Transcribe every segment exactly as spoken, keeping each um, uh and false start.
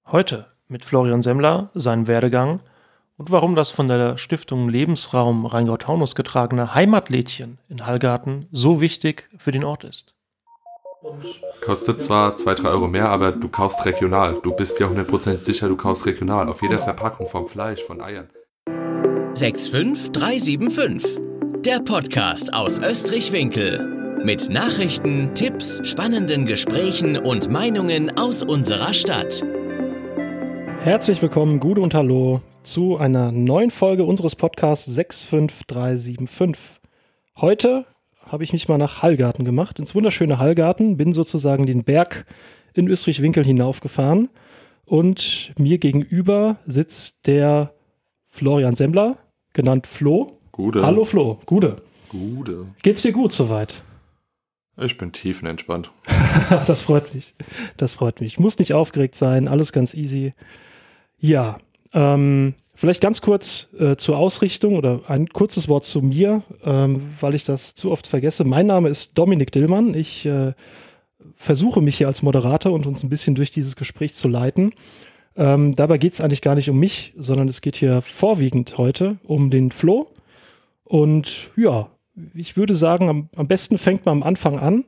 Heute mit Florian Semmler, seinem Werdegang und warum das von der Stiftung Lebensraum Rheingau-Taunus getragene Heimatlädchen in Hallgarten so wichtig für den Ort ist. Kostet zwar zwei, drei Euro mehr, aber du kaufst regional. Du bist dir hundert Prozent sicher, du kaufst regional. Auf jeder Verpackung vom Fleisch, von Eiern. sechs fünf drei sieben fünf, der Podcast aus Österreich-Winkel. Mit Nachrichten, Tipps, spannenden Gesprächen und Meinungen aus unserer Stadt. Herzlich willkommen, Gude und Hallo, zu einer neuen Folge unseres Podcasts sechs fünf drei sieben fünf. Heute habe ich mich mal nach Hallgarten gemacht, ins wunderschöne Hallgarten, bin sozusagen den Berg in Österreich-Winkel hinaufgefahren und mir gegenüber sitzt der Florian Semmler, genannt Flo. Gude. Hallo Flo, Gude. Gude. Geht's dir gut soweit? Ich bin tiefenentspannt. Das freut mich, das freut mich. Muss nicht aufgeregt sein, alles ganz easy. Ja, ähm, vielleicht ganz kurz äh, zur Ausrichtung oder ein kurzes Wort zu mir, ähm, weil ich das zu oft vergesse. Mein Name ist Dominik Dillmann. Ich äh, versuche mich hier als Moderator und uns ein bisschen durch dieses Gespräch zu leiten. Ähm, dabei geht es eigentlich gar nicht um mich, sondern es geht hier vorwiegend heute um den Flo. Und ja, ich würde sagen, am, am besten fängt man am Anfang an.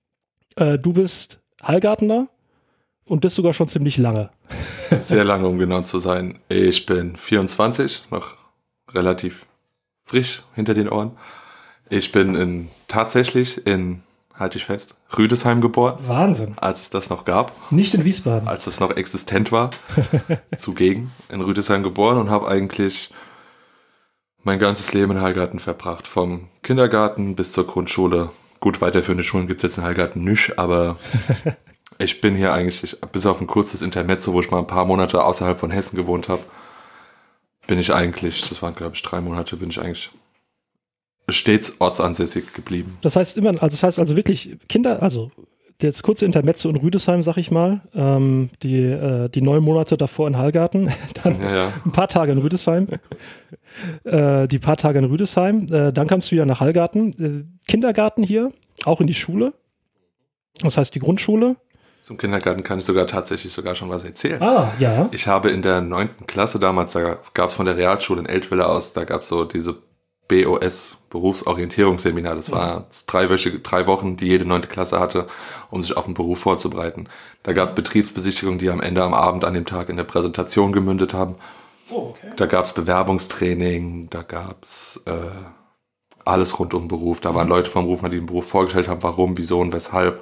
Äh, du bist Hallgartener und das sogar schon ziemlich lange. Sehr lange, um genau zu sein. Ich bin vierundzwanzig, noch relativ frisch hinter den Ohren. Ich bin in, tatsächlich in, halte ich fest, Rüdesheim geboren. Wahnsinn. Als es das noch gab. Nicht in Wiesbaden. Als es noch existent war. Zugegen in Rüdesheim geboren und habe eigentlich mein ganzes Leben in Hallgarten verbracht. Vom Kindergarten bis zur Grundschule. Gut, weiterführende Schulen gibt es jetzt in Hallgarten nicht, aber ich bin hier eigentlich, bis auf ein kurzes Intermezzo, wo ich mal ein paar Monate außerhalb von Hessen gewohnt habe, bin ich eigentlich, das waren glaube ich drei Monate, bin ich eigentlich stets ortsansässig geblieben. Das heißt immer, also das heißt also wirklich Kinder, also das kurze Intermezzo in Rüdesheim, sag ich mal, ähm, die, äh, die neun Monate davor in Hallgarten, dann Ja, ja. ein paar Tage in Rüdesheim, äh, die paar Tage in Rüdesheim, äh, dann kamst du wieder nach Hallgarten, äh, Kindergarten hier, auch in die Schule, das heißt die Grundschule. Zum Kindergarten kann ich sogar tatsächlich sogar schon was erzählen. Ah, ja. Ich habe in der neunten Klasse damals, da gab es von der Realschule in Eltville aus, da gab es so diese B O S, Berufsorientierungsseminar. Das war dreiwöchige, drei Wochen, die jede neunte Klasse hatte, um sich auf den Beruf vorzubereiten. Da gab es Betriebsbesichtigungen, die am Ende am Abend an dem Tag in der Präsentation gemündet haben. Oh, okay. Da gab es Bewerbungstraining, da gab es äh, alles rund um den Beruf. Da waren Leute vom Beruf, die den Beruf vorgestellt haben, warum, wieso und weshalb.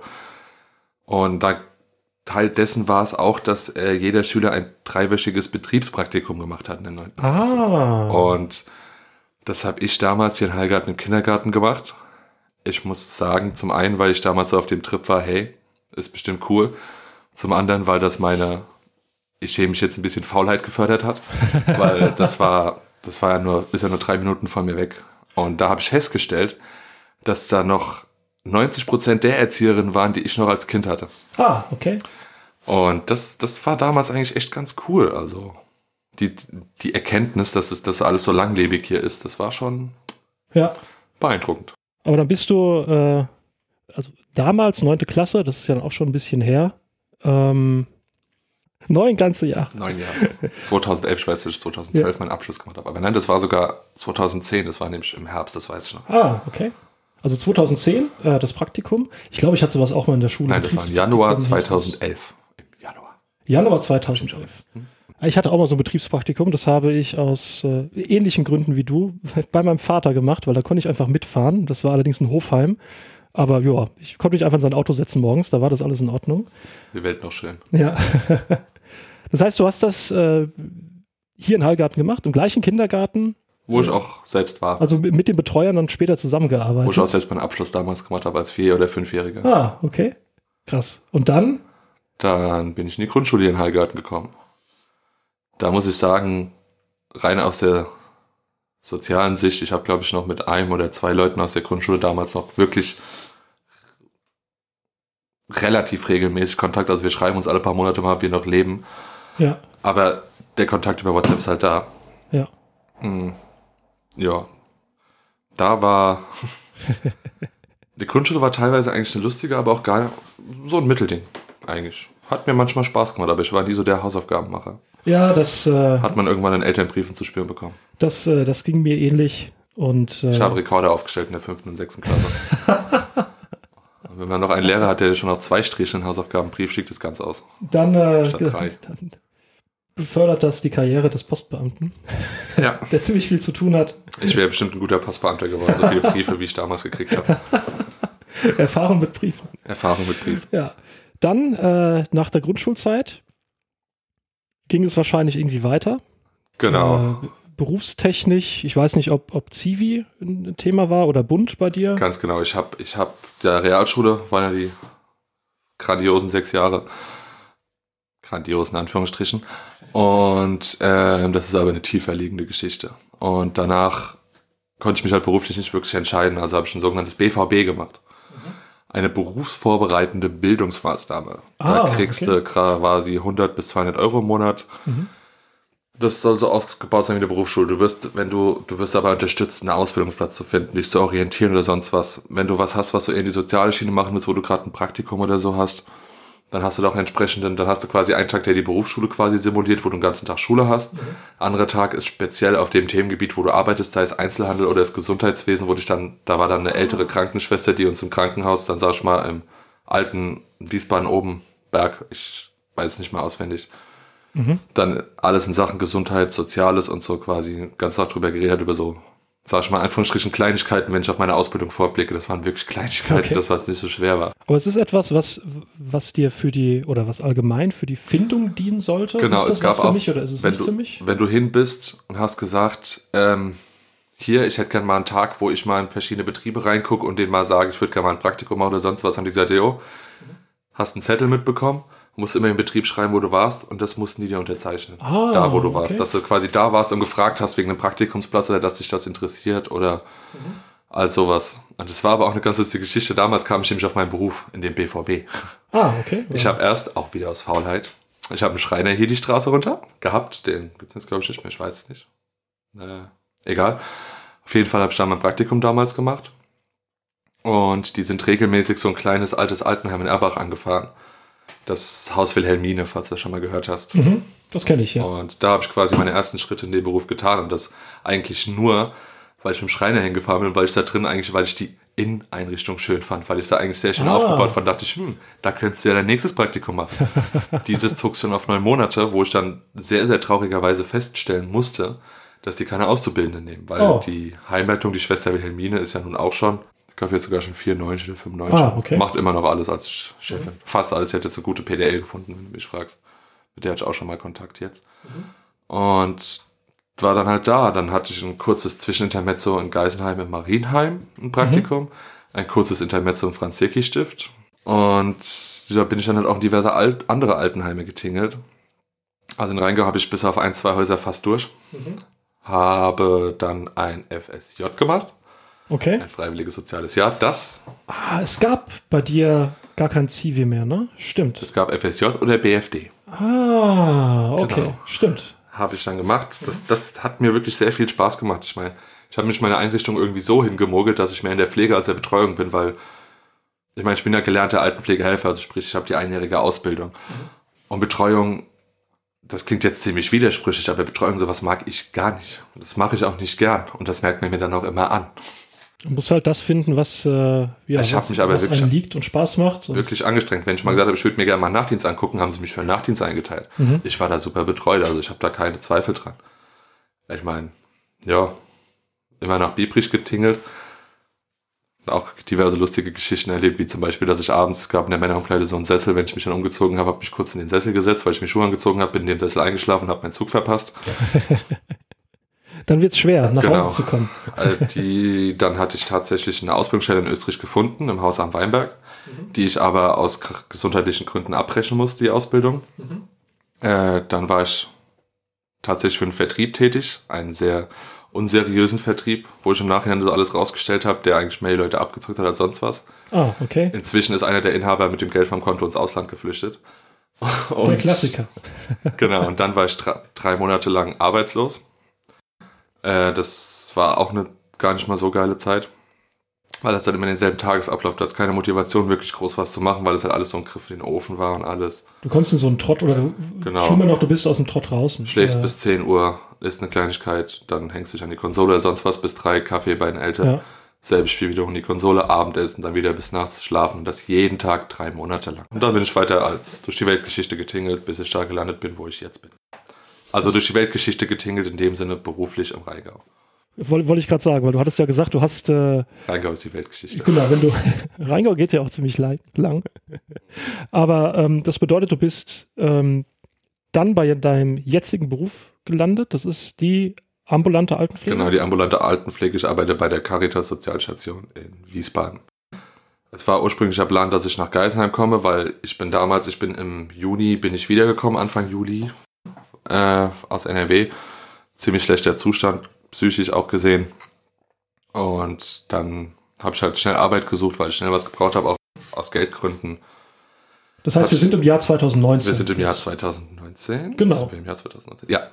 Und da Teil dessen war es auch, dass äh, jeder Schüler ein dreiwöchiges Betriebspraktikum gemacht hat in der neunten Klasse. Ah. Und das habe ich damals hier in Hallgarten im Kindergarten gemacht. Ich muss sagen, zum einen, weil ich damals so auf dem Trip war, hey, ist bestimmt cool. Zum anderen, weil das meine, ich schäme mich jetzt ein bisschen Faulheit gefördert hat. Weil das war, das war ja nur, ist ja nur drei Minuten von mir weg. Und da habe ich festgestellt, dass da noch neunzig Prozent der Erzieherinnen waren, die ich noch als Kind hatte. Ah, okay. Und das, das war damals eigentlich echt ganz cool. Also die, die Erkenntnis, dass es das alles so langlebig hier ist, das war schon Ja. beeindruckend. Aber dann bist du, äh, also damals neunte Klasse, das ist ja auch schon ein bisschen her, ähm, neun ganze Jahre. Neun Jahre. zweitausendelf, ich weiß, dass ich zweitausendzwölf ja. meinen Abschluss gemacht habe. Aber nein, das war sogar zweitausendzehn, das war nämlich im Herbst, das weiß ich noch. Ah, okay. Also zweitausendzehn, äh, das Praktikum. Ich glaube, ich hatte sowas auch mal in der Schule. Nein, das war im Januar zweitausendelf. Im Januar. Januar zweitausendelf. Ich hatte auch mal so ein Betriebspraktikum, das habe ich aus äh, ähnlichen Gründen wie du bei meinem Vater gemacht, weil da konnte ich einfach mitfahren. Das war allerdings ein Hofheim. Aber ja, ich konnte mich einfach in sein Auto setzen morgens, da war das alles in Ordnung. Die Welt noch schön. Ja. Das heißt, du hast das äh, hier in Hallgarten gemacht, im gleichen Kindergarten? Wo ich auch selbst war. Also mit den Betreuern dann später zusammengearbeitet? Wo ich auch selbst meinen Abschluss damals gemacht habe als Vier- oder Fünfjähriger. Ah, okay. Krass. Und dann? Dann bin ich in die Grundschule hier in Hallgarten gekommen. Da muss ich sagen, rein aus der sozialen Sicht, ich habe glaube ich noch mit einem oder zwei Leuten aus der Grundschule damals noch wirklich relativ regelmäßig Kontakt. Also wir schreiben uns alle paar Monate mal, ob wir noch leben. Ja. Aber der Kontakt über WhatsApp ist halt da. Ja. Hm. Ja. Da war die Grundschule war teilweise eigentlich eine lustige, aber auch gar so ein Mittelding eigentlich. Hat mir manchmal Spaß gemacht, aber ich war nie so der Hausaufgabenmacher. Ja, das... Äh, Hat man irgendwann in Elternbriefen zu spüren bekommen. Das, äh, das ging mir ähnlich. Und, äh, ich habe Rekorde aufgestellt in der fünften und sechsten Klasse. Und wenn man noch einen Lehrer hat, der schon noch zwei Striche in den Hausaufgabenbrief schickt, das ganz aus. Dann, äh, Statt drei. dann befördert das die Karriere des Postbeamten, ja. der ziemlich viel zu tun hat. Ich wäre bestimmt ein guter Postbeamter geworden, so viele Briefe, wie ich damals gekriegt habe. Erfahrung mit Briefen. Erfahrung mit Briefen. Ja. Dann, äh, nach der Grundschulzeit, ging es wahrscheinlich irgendwie weiter. Genau. Äh, berufstechnisch, ich weiß nicht, ob, ob Zivi ein Thema war oder Bund bei dir. Ganz genau. Ich habe ich hab der Realschule, waren ja die grandiosen sechs Jahre. Grandios in Anführungsstrichen. Und äh, das ist aber eine tiefer liegende Geschichte. Und danach konnte ich mich halt beruflich nicht wirklich entscheiden. Also habe ich ein sogenanntes B V B gemacht. Mhm. Eine berufsvorbereitende Bildungsmaßnahme. Ah, da kriegst okay. du quasi hundert bis zweihundert Euro im Monat. Mhm. Das soll so aufgebaut sein wie eine Berufsschule. Du wirst, wenn du, du wirst dabei unterstützt, einen Ausbildungsplatz zu finden, dich zu orientieren oder sonst was. Wenn du was hast, was du eher in die soziale Schiene machen willst, wo du gerade ein Praktikum oder so hast, dann hast du doch entsprechenden, dann hast du quasi einen Tag, der die Berufsschule quasi simuliert, wo du den ganzen Tag Schule hast. Mhm. Anderer Tag ist speziell auf dem Themengebiet, wo du arbeitest, sei es Einzelhandel oder das Gesundheitswesen, wo dich dann, da war dann eine ältere Krankenschwester, die uns im Krankenhaus, dann sag ich mal, im alten Wiesbaden-Obenberg, ich weiß es nicht mehr auswendig, mhm. dann alles in Sachen Gesundheit, Soziales und so quasi ganz Tag drüber geredet, über so, sag ich mal, Anführungsstrichen Kleinigkeiten, wenn ich auf meine Ausbildung vorblicke. Das waren wirklich Kleinigkeiten, okay. Das war jetzt nicht so schwer war. Aber es ist etwas, was, was dir für die, oder was allgemein für die Findung dienen sollte? Genau, ist das es gab was für auch, mich oder ist es wenn nicht du, für mich? Wenn du hin bist und hast gesagt, ähm, hier, ich hätte gerne mal einen Tag, wo ich mal in verschiedene Betriebe reingucke und denen mal sage, ich würde gerne mal ein Praktikum machen oder sonst was, haben die gesagt, jo, hast einen Zettel mitbekommen, musst immer im Betrieb schreiben, wo du warst und das mussten die dir unterzeichnen. Ah, da, wo du warst. Okay. Dass du quasi da warst und gefragt hast wegen einem Praktikumsplatz oder dass dich das interessiert oder mhm. all sowas. Und das war aber auch eine ganz lustige Geschichte. Damals kam ich nämlich auf meinen Beruf in den B V B. Ah, okay. Ich ja. habe erst, auch wieder aus Faulheit, ich habe einen Schreiner hier die Straße runter gehabt. Den gibt es jetzt, glaube ich, nicht mehr. Ich weiß es nicht. Äh, egal. Auf jeden Fall habe ich da mein Praktikum damals gemacht. Und die sind regelmäßig so ein kleines altes Altenheim in Erbach angefahren. Das Haus Wilhelmine, falls du das schon mal gehört hast. Mhm, das kenne ich, ja. Und da habe ich quasi meine ersten Schritte in den Beruf getan. Und das eigentlich nur, weil ich mit dem Schreiner hingefahren bin und weil ich da drin eigentlich, weil ich die Inneneinrichtung schön fand, weil ich da eigentlich sehr schön ah. aufgebaut fand, dachte ich, hm, da könntest du ja dein nächstes Praktikum machen. Dieses zog schon auf neun Monate, wo ich dann sehr, sehr traurigerweise feststellen musste, dass die keine Auszubildenden nehmen. Weil oh. die Heimleitung, die Schwester Wilhelmine, ist ja nun auch schon, ich glaube jetzt sogar schon vierundneunzig oder fünfundneunzig. Ah, okay. Macht immer noch alles als Chefin. Mhm. Fast alles. Sie hat jetzt eine gute P D L gefunden, wenn du mich fragst. Mit der hatte ich auch schon mal Kontakt jetzt. Mhm. Und war dann halt da. Dann hatte ich ein kurzes Zwischenintermezzo in Geisenheim im Marienheim, ein Praktikum. Mhm. Ein kurzes Intermezzo im Franz-Secki-Stift. Und da bin ich dann halt auch in diverse Alt- andere Altenheime getingelt. Also in Rheingau habe ich bis auf ein, zwei Häuser fast durch. Mhm. Habe dann ein F S J gemacht. Okay. Ein freiwilliges soziales Jahr. Das. Ah, es gab bei dir gar kein Zivi mehr, ne? Stimmt. Es gab F S J oder B F D. Ah, okay. Genau. Stimmt. Habe ich dann gemacht. Das, das hat mir wirklich sehr viel Spaß gemacht. Ich meine, ich habe mich meine Einrichtung irgendwie so hingemogelt, dass ich mehr in der Pflege als der Betreuung bin, weil ich meine, ich bin ja gelernter Altenpflegehelfer, also sprich, ich habe die einjährige Ausbildung. Mhm. Und Betreuung, das klingt jetzt ziemlich widersprüchlich, aber Betreuung, sowas mag ich gar nicht. Und das mache ich auch nicht gern. Und das merkt man mir dann auch immer an. Du musst halt das finden, was, äh, ja, ich was, mich aber was wirklich einem liegt und Spaß macht. Und wirklich angestrengt. Wenn ich mal gesagt habe, ich würde mir gerne mal einen Nachtdienst angucken, haben sie mich für einen Nachtdienst eingeteilt. Mhm. Ich war da super betreut, also ich habe da keine Zweifel dran. Ich meine, ja, immer nach Biebrich getingelt. Auch diverse lustige Geschichten erlebt, wie zum Beispiel, dass ich abends, es gab in der Männerumkleide so einen Sessel, wenn ich mich dann umgezogen habe, habe ich kurz in den Sessel gesetzt, weil ich mir Schuhe angezogen habe, bin in dem Sessel eingeschlafen und habe meinen Zug verpasst. Dann wird es schwer, nach genau. Hause zu kommen. Die, dann hatte ich tatsächlich eine Ausbildungsstelle in Österreich gefunden, im Haus am Weinberg, mhm. die ich aber aus gesundheitlichen Gründen abbrechen musste, die Ausbildung. Mhm. Äh, dann war ich tatsächlich für einen Vertrieb tätig, einen sehr unseriösen Vertrieb, wo ich im Nachhinein so alles rausgestellt habe, der eigentlich mehr die Leute abgezockt hat als sonst was. Ah, okay. Inzwischen ist einer der Inhaber mit dem Geld vom Konto ins Ausland geflüchtet. Und, der Klassiker. Genau, und dann war ich drei, drei Monate lang arbeitslos. Äh, das war auch eine gar nicht mal so geile Zeit. weil das halt immer denselben Tagesablauf, du hast keine Motivation, wirklich groß was zu machen, weil es halt alles so ein Griff in den Ofen war und alles. Du kommst in so einen Trott, oder du, genau. schlimmer noch, du bist aus dem Trott draußen. Schläfst äh, bis zehn Uhr, isst eine Kleinigkeit, dann hängst dich an die Konsole oder sonst was, bis drei, Kaffee bei den Eltern. Ja. Selbes Spiel wieder um die Konsole, Abendessen, dann wieder bis nachts schlafen und das jeden Tag drei Monate lang. Und dann bin ich weiter als durch die Weltgeschichte getingelt, bis ich da gelandet bin, wo ich jetzt bin. Also durch die Weltgeschichte getingelt, in dem Sinne beruflich im Rheingau. Wollte wollt ich gerade sagen, weil du hattest ja gesagt, du hast... Äh, Rheingau ist die Weltgeschichte. Genau, wenn du... Rheingau geht ja auch ziemlich lang. Aber ähm, das bedeutet, du bist ähm, dann bei deinem jetzigen Beruf gelandet. Das ist die ambulante Altenpflege? Genau, die ambulante Altenpflege. Ich arbeite bei der Caritas Sozialstation in Wiesbaden. Es war ursprünglicher Plan, dass ich nach Geisenheim komme, weil ich bin damals, ich bin im Juni, bin ich wiedergekommen, Anfang Juli äh, aus N R W. Ziemlich schlechter Zustand, psychisch auch gesehen. Und dann habe ich halt schnell Arbeit gesucht, weil ich schnell was gebraucht habe, auch aus Geldgründen. Das heißt, wir sind im Jahr zwanzig neunzehn. Wir sind im Jahr zwanzig neunzehn. Genau. Sind wir im Jahr zwanzig neunzehn? Ja.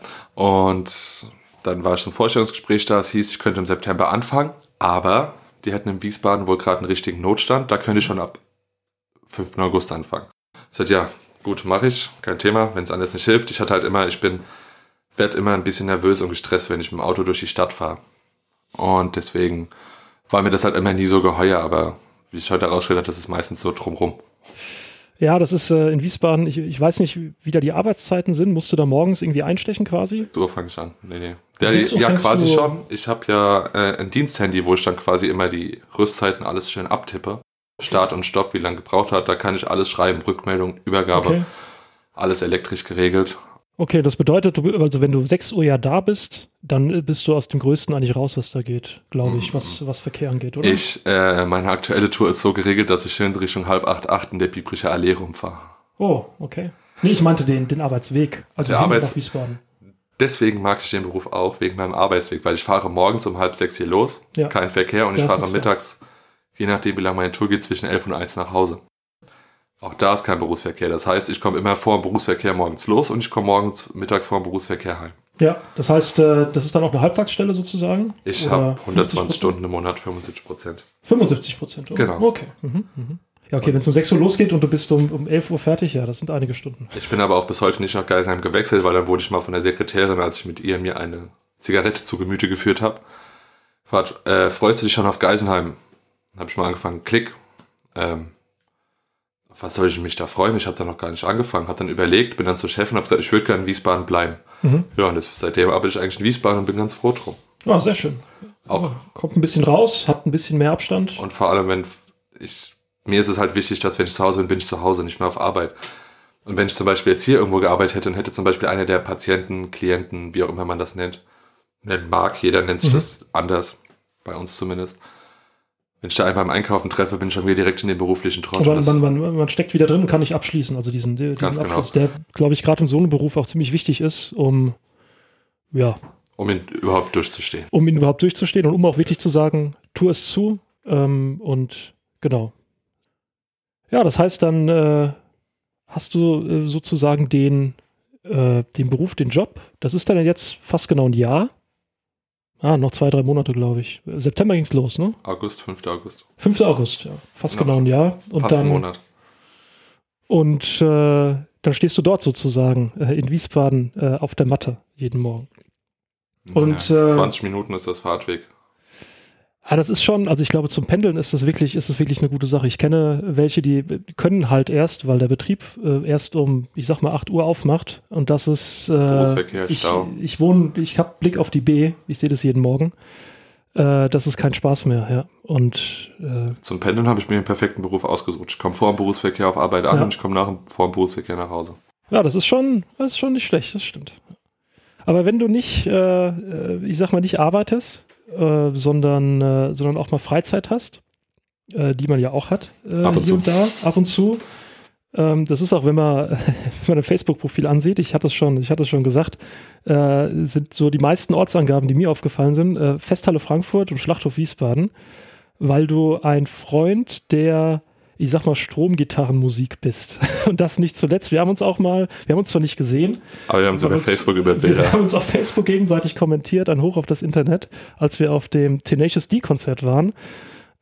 Und dann war ich im Vorstellungsgespräch da, es hieß, ich könnte im September anfangen, aber die hätten in Wiesbaden wohl gerade einen richtigen Notstand, da könnte ich schon ab fünften August anfangen. Ich sagte, ja, gut, mache ich, kein Thema, wenn es anders nicht hilft. Ich hatte halt immer, ich bin, werde immer ein bisschen nervös und gestresst, wenn ich mit dem Auto durch die Stadt fahre. Und deswegen war mir das halt immer nie so geheuer, aber wie ich heute herausgestellt habe, das ist meistens so drumrum. Ja, das ist äh, in Wiesbaden, ich, ich weiß nicht, wie da die Arbeitszeiten sind. Musst du da morgens irgendwie einstechen quasi? So fange ich an. Nee, nee. Der, ja, quasi schon. Ich habe ja äh, ein Diensthandy, wo ich dann quasi immer die Rüstzeiten alles schön abtippe. Start und Stopp, wie lange gebraucht hat. Da kann ich alles schreiben, Rückmeldung, Übergabe, okay. Alles elektrisch geregelt. Okay, das bedeutet, du, also wenn du sechs Uhr ja da bist, dann bist du aus dem Größten eigentlich raus, was da geht, glaube ich, was, was Verkehr angeht, oder? Ich, äh, meine aktuelle Tour ist so geregelt, dass ich schön Richtung halb acht, acht in der Biebricher Allee rumfahre. Oh, okay. Nee, ich meinte den, den Arbeitsweg, also der Arbeits- nach Wiesbaden. Deswegen mag ich den Beruf auch, wegen meinem Arbeitsweg, weil ich fahre morgens um halb sechs hier los, ja. Kein Verkehr, und das ich fahre mittags, je nachdem wie lange meine Tour geht, zwischen elf und eins nach Hause. Auch da ist kein Berufsverkehr. Das heißt, ich komme immer vor dem Berufsverkehr morgens los und ich komme morgens mittags vor dem Berufsverkehr heim. Ja, das heißt, das ist dann auch eine Halbtagsstelle sozusagen? Ich habe hundertzwanzig Stunden im Monat, fünfundsiebzig Prozent. fünfundsiebzig Prozent? Oh. Genau. Okay. Mhm, mhm. Ja, okay, wenn es um sechs Uhr losgeht und du bist um, um elf Uhr fertig, ja, das sind einige Stunden. Ich bin aber auch bis heute nicht nach Geisenheim gewechselt, weil dann wurde ich mal von der Sekretärin, als ich mit ihr mir eine Zigarette zu Gemüte geführt habe, fragt, äh, freust du dich schon auf Geisenheim? Dann habe ich mal angefangen, Klick, ähm, was soll ich mich da freuen? Ich habe da noch gar nicht angefangen. Habe dann überlegt, bin dann zur Chefin und habe gesagt, ich würde gerne in Wiesbaden bleiben. Mhm. Ja, und das, seitdem arbeite ich eigentlich in Wiesbaden und bin ganz froh drum. Ja, sehr schön. Auch, kommt ein bisschen raus, hat ein bisschen mehr Abstand. Und vor allem, wenn ich, mir ist es halt wichtig, dass wenn ich zu Hause bin, bin ich zu Hause, nicht mehr auf Arbeit. Und wenn ich zum Beispiel jetzt hier irgendwo gearbeitet hätte und hätte zum Beispiel einer der Patienten, Klienten, wie auch immer man das nennt, nennen mag, jeder nennt sich mhm. das anders, bei uns zumindest. Wenn ich da einen beim Einkaufen treffe, bin ich schon wieder direkt in den beruflichen Trott. Man, man, man, man steckt wieder drin und kann nicht abschließen. Also diesen, diesen Abschluss, genau. Der, glaube ich, gerade in so einem Beruf auch ziemlich wichtig ist, um ja. Um ihn überhaupt durchzustehen. Um ihn überhaupt durchzustehen und um auch wirklich zu sagen, tu es zu. Ähm, und genau. Ja, das heißt, dann äh, hast du äh, sozusagen den, äh, den Beruf, den Job. Das ist dann jetzt fast genau ein Jahr. Ah, noch zwei, drei Monate, glaube ich. September ging es los, ne? August, fünfter August. fünfter August, ja. Fast noch genau ein Jahr. Und fast dann, ein Monat. Und äh, dann stehst du dort sozusagen äh, in Wiesbaden äh, auf der Matte jeden Morgen. Und, ja, äh, zwanzig Minuten ist das Fahrtweg. Ah, das ist schon, also ich glaube, zum Pendeln ist das wirklich, ist das wirklich eine gute Sache. Ich kenne welche, die können halt erst, weil der Betrieb äh, erst um, ich sag mal, acht Uhr aufmacht. Und das ist, äh, Berufsverkehr, ich, Stau. Ich wohne, ich habe Blick auf die B, ich sehe das jeden Morgen. Äh, das ist kein Spaß mehr, ja. Und äh, zum Pendeln habe ich mir den perfekten Beruf ausgesucht. Ich komme vor dem Berufsverkehr auf Arbeit an, ja. Und ich komme nach vor dem Berufsverkehr nach Hause. Ja, das ist schon, das ist schon nicht schlecht, das stimmt. Aber wenn du nicht, äh, ich sag mal, nicht arbeitest, Äh, sondern, äh, sondern auch mal Freizeit hast, äh, die man ja auch hat, äh, ab und hier zu. und da, ab und zu. Ähm, das ist auch, wenn man, wenn man ein Facebook-Profil ansieht, ich hatte es schon, ich hatte es schon gesagt, äh, sind so die meisten Ortsangaben, die mir aufgefallen sind, äh, Festhalle Frankfurt und Schlachthof Wiesbaden, weil du ein Freund der, ich sag mal, Stromgitarrenmusik bist. Und das nicht zuletzt. Wir haben uns auch mal, wir haben uns zwar nicht gesehen, aber wir haben sogar uns, Facebook über Bilder. Wir haben uns auf Facebook gegenseitig kommentiert, ein Hoch auf das Internet, als wir auf dem Tenacious D-Konzert waren.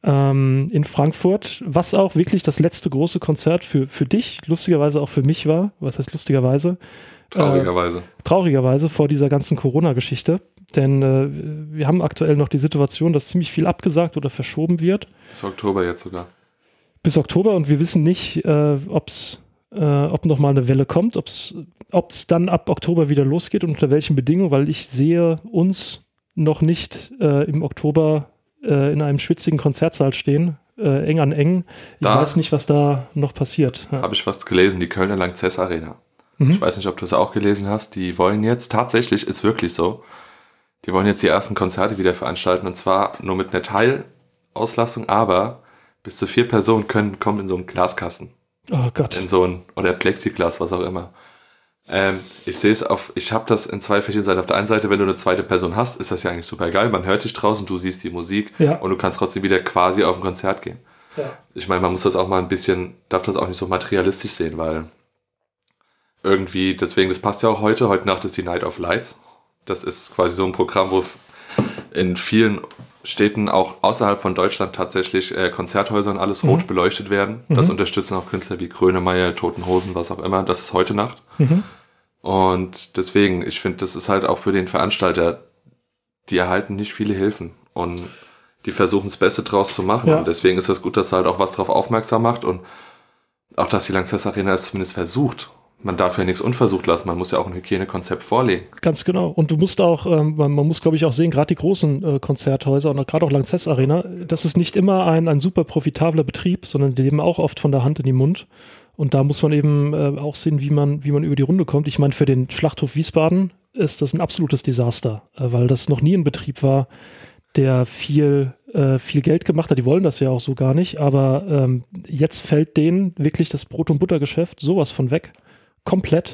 ähm, in Frankfurt, was auch wirklich das letzte große Konzert für, für dich, lustigerweise auch für mich war. Was heißt lustigerweise? Traurigerweise. Äh, traurigerweise vor dieser ganzen Corona-Geschichte. Denn äh, wir haben aktuell noch die Situation, dass ziemlich viel abgesagt oder verschoben wird. Bis Oktober jetzt sogar. Bis Oktober, und wir wissen nicht, äh, ob's, äh, ob nochmal eine Welle kommt, ob es dann ab Oktober wieder losgeht und unter welchen Bedingungen, weil ich sehe uns noch nicht äh, im Oktober äh, in einem schwitzigen Konzertsaal stehen, äh, eng an eng. Ich da weiß nicht, was da noch passiert. Ja. Habe ich fast gelesen, die Kölner Lanxess Arena. Mhm. Ich weiß nicht, ob du es auch gelesen hast. Die wollen jetzt, tatsächlich, ist wirklich so, die wollen jetzt die ersten Konzerte wieder veranstalten, und zwar nur mit einer Teilauslastung, aber bis zu vier Personen können kommen in so einen Glaskasten. Oh Gott. In so ein, oder Plexiglas, was auch immer. Ähm, ich sehe es auf, ich habe das in zwei verschiedenen Seiten. Auf der einen Seite, wenn du eine zweite Person hast, ist das ja eigentlich super geil. Man hört dich draußen, du siehst die Musik, ja, und du kannst trotzdem wieder quasi auf ein Konzert gehen. Ja. Ich meine, man muss das auch mal ein bisschen, darf das auch nicht so materialistisch sehen, weil irgendwie, deswegen, das passt ja auch heute, heute Nacht ist die Night of Lights. Das ist quasi so ein Programm, wo in vielen Städten auch außerhalb von Deutschland tatsächlich äh, Konzerthäuser und alles rot mhm. beleuchtet werden. Das mhm. unterstützen auch Künstler wie Grönemeyer, Toten Hosen, was auch immer. Das ist heute Nacht. Mhm. Und deswegen, ich finde, das ist halt auch für den Veranstalter, die erhalten nicht viele Hilfen und die versuchen das Beste draus zu machen. Ja. Und deswegen ist es gut, dass er halt auch was drauf aufmerksam macht und auch, dass die Lanxess Arena es zumindest versucht. Man darf ja nichts unversucht lassen, man muss ja auch ein Hygienekonzept vorlegen. Ganz genau. Und du musst auch, ähm, man, man muss, glaube ich, auch sehen, gerade die großen äh, Konzerthäuser und gerade auch Lanxess Arena, das ist nicht immer ein, ein super profitabler Betrieb, sondern die leben auch oft von der Hand in den Mund. Und da muss man eben äh, auch sehen, wie man, wie man über die Runde kommt. Ich meine, für den Schlachthof Wiesbaden ist das ein absolutes Desaster, äh, weil das noch nie ein Betrieb war, der viel, äh, viel Geld gemacht hat. Die wollen das ja auch so gar nicht, aber ähm, jetzt fällt denen wirklich das Brot- und Buttergeschäft sowas von weg. Komplett.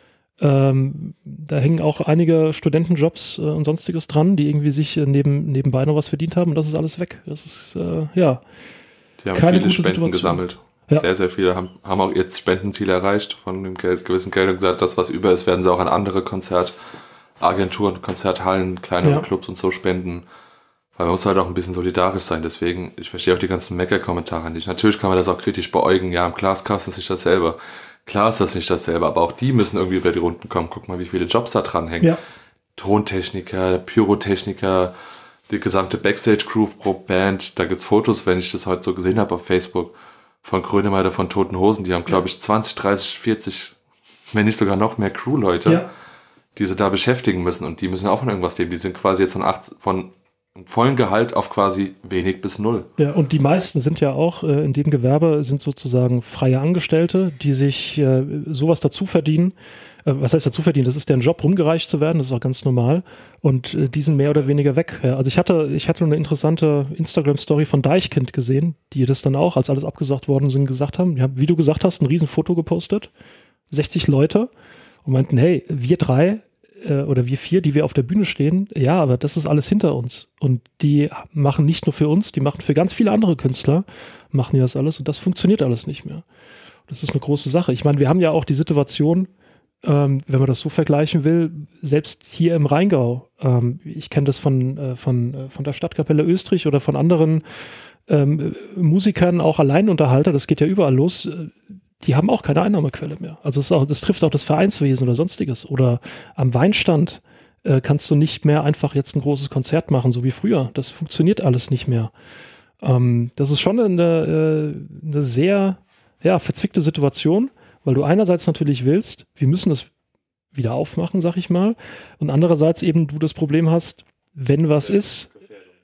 Ähm, da hängen auch einige Studentenjobs äh, und sonstiges dran, die irgendwie sich äh, neben, nebenbei noch was verdient haben, und das ist alles weg. Das ist, äh, ja, die haben keine viele gute Spenden Situation. gesammelt. Ja. Sehr, sehr viele haben, haben auch ihr Spendenziel erreicht von dem Geld, gewissen Geld, und gesagt, das, was über ist, werden sie auch an andere Konzertagenturen, Konzerthallen, kleinere ja. Clubs und so spenden. Weil man muss halt auch ein bisschen solidarisch sein. Deswegen, ich verstehe auch die ganzen Mecker-Kommentare nicht. Natürlich kann man das auch kritisch beäugen. Ja, im Glaskasten ist nicht dasselbe. Klar ist das nicht dasselbe, aber auch die müssen irgendwie über die Runden kommen. Guck mal, wie viele Jobs da dran hängen. Ja. Tontechniker, Pyrotechniker, die gesamte Backstage-Crew pro Band. Da gibt's Fotos, wenn ich das heute so gesehen habe auf Facebook, von Grönemeyer, von Toten Hosen. Die haben, glaube ich, zwanzig, dreißig, vierzig, wenn nicht sogar noch mehr Crew-Leute, ja. die sie da beschäftigen müssen. Und die müssen auch von irgendwas leben. Die sind quasi jetzt von acht, von vollen Gehalt auf quasi wenig bis null. Ja, und die meisten sind ja auch äh, in dem Gewerbe, sind sozusagen freie Angestellte, die sich äh, sowas dazu verdienen. Äh, was heißt dazu verdienen? Das ist deren Job, rumgereicht zu werden, das ist auch ganz normal. Und äh, die sind mehr oder weniger weg. Ja, also ich hatte, ich hatte eine interessante Instagram-Story von Deichkind gesehen, die das dann auch, als alles abgesagt worden sind, gesagt haben. Die haben, wie du gesagt hast, ein Riesenfoto gepostet. sechzig Leute und meinten, hey, wir drei oder wir vier, die wir auf der Bühne stehen, ja, aber das ist alles hinter uns. Und die machen nicht nur für uns, die machen für ganz viele andere Künstler, machen die das alles, und das funktioniert alles nicht mehr. Das ist eine große Sache. Ich meine, wir haben ja auch die Situation, ähm, wenn man das so vergleichen will, selbst hier im Rheingau, ähm, ich kenne das von, äh, von, äh, von der Stadtkapelle Österreich oder von anderen ähm, Musikern, auch Alleinunterhalter, das geht ja überall los, die haben auch keine Einnahmequelle mehr. Also es ist auch, das trifft auch das Vereinswesen oder sonstiges. Oder am Weinstand äh, kannst du nicht mehr einfach jetzt ein großes Konzert machen, so wie früher. Das funktioniert alles nicht mehr. Ähm, das ist schon eine, äh, eine sehr ja, verzwickte Situation, weil du einerseits natürlich willst, wir müssen es wieder aufmachen, sag ich mal, und andererseits eben du das Problem hast, wenn was ist,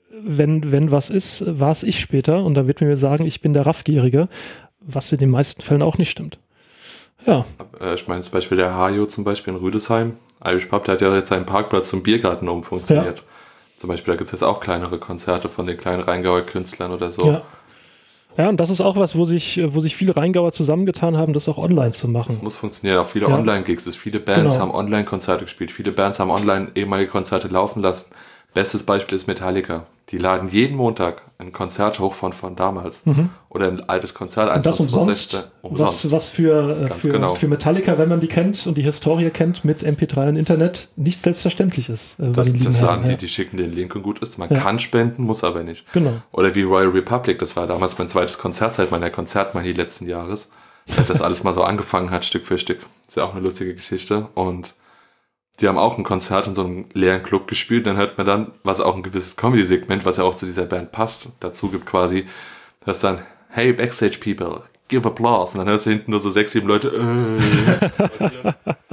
wenn, wenn was ist, war es ich später, und da wird mir sagen, ich bin der Raffgierige, was in den meisten Fällen auch nicht stimmt. Ja. Ich meine zum Beispiel der Hajo zum Beispiel in Rüdesheim, Irish Pub, der hat ja jetzt seinen Parkplatz zum Biergarten umfunktioniert. Ja. Zum Beispiel, da gibt es jetzt auch kleinere Konzerte von den kleinen Rheingauer Künstlern oder so. Ja. Ja, und das ist auch was, wo sich, wo sich viele Rheingauer zusammengetan haben, das auch online zu machen. Das muss funktionieren, auch viele ja. Online-Gigs. Viele Bands genau. haben Online-Konzerte gespielt, viele Bands haben online ehemalige Konzerte laufen lassen. Bestes Beispiel ist Metallica. Die laden jeden Montag ein Konzert hoch von, von damals. Mhm. Oder ein altes Konzert. Und das umsonst, umsonst. Was, was für, äh, für, genau. für Metallica, wenn man die kennt und die Historie kennt mit M P drei und Internet, nicht selbstverständlich ist. Äh, das das laden die, die schicken den Link und gut ist. Man ja. kann spenden, muss aber nicht. Genau. Oder wie Royal Republic, das war damals mein zweites Konzert seit meiner Konzertmanie letzten Jahres. Seit das alles mal so angefangen hat, Stück für Stück. Ist ja auch eine lustige Geschichte. Und die haben auch ein Konzert in so einem leeren Club gespielt. Dann hört man dann, was auch ein gewisses Comedy-Segment, was ja auch zu dieser Band passt, dazu gibt quasi, dass dann, hey, Backstage People, give applause. Und dann hörst du hinten nur so sechs, sieben Leute. Äh.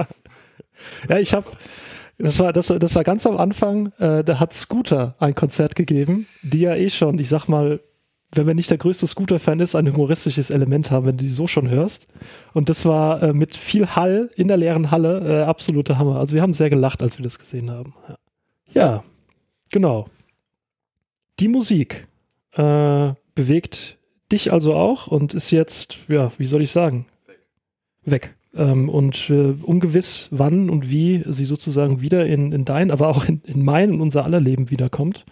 Ja, ich habe, das war, das, das war ganz am Anfang, äh, da hat Scooter ein Konzert gegeben, die ja eh schon, ich sag mal, wenn man nicht der größte Scooter-Fan ist, ein humoristisches Element haben, wenn du die so schon hörst. Und das war äh, mit viel Hall in der leeren Halle äh, absoluter Hammer. Also wir haben sehr gelacht, als wir das gesehen haben. Ja, ja genau. Die Musik äh, bewegt dich also auch und ist jetzt, ja, wie soll ich sagen? Weg. Weg. Ähm, und äh, ungewiss, wann und wie sie sozusagen wieder in, in dein, aber auch in, in mein und unser aller Leben wiederkommt.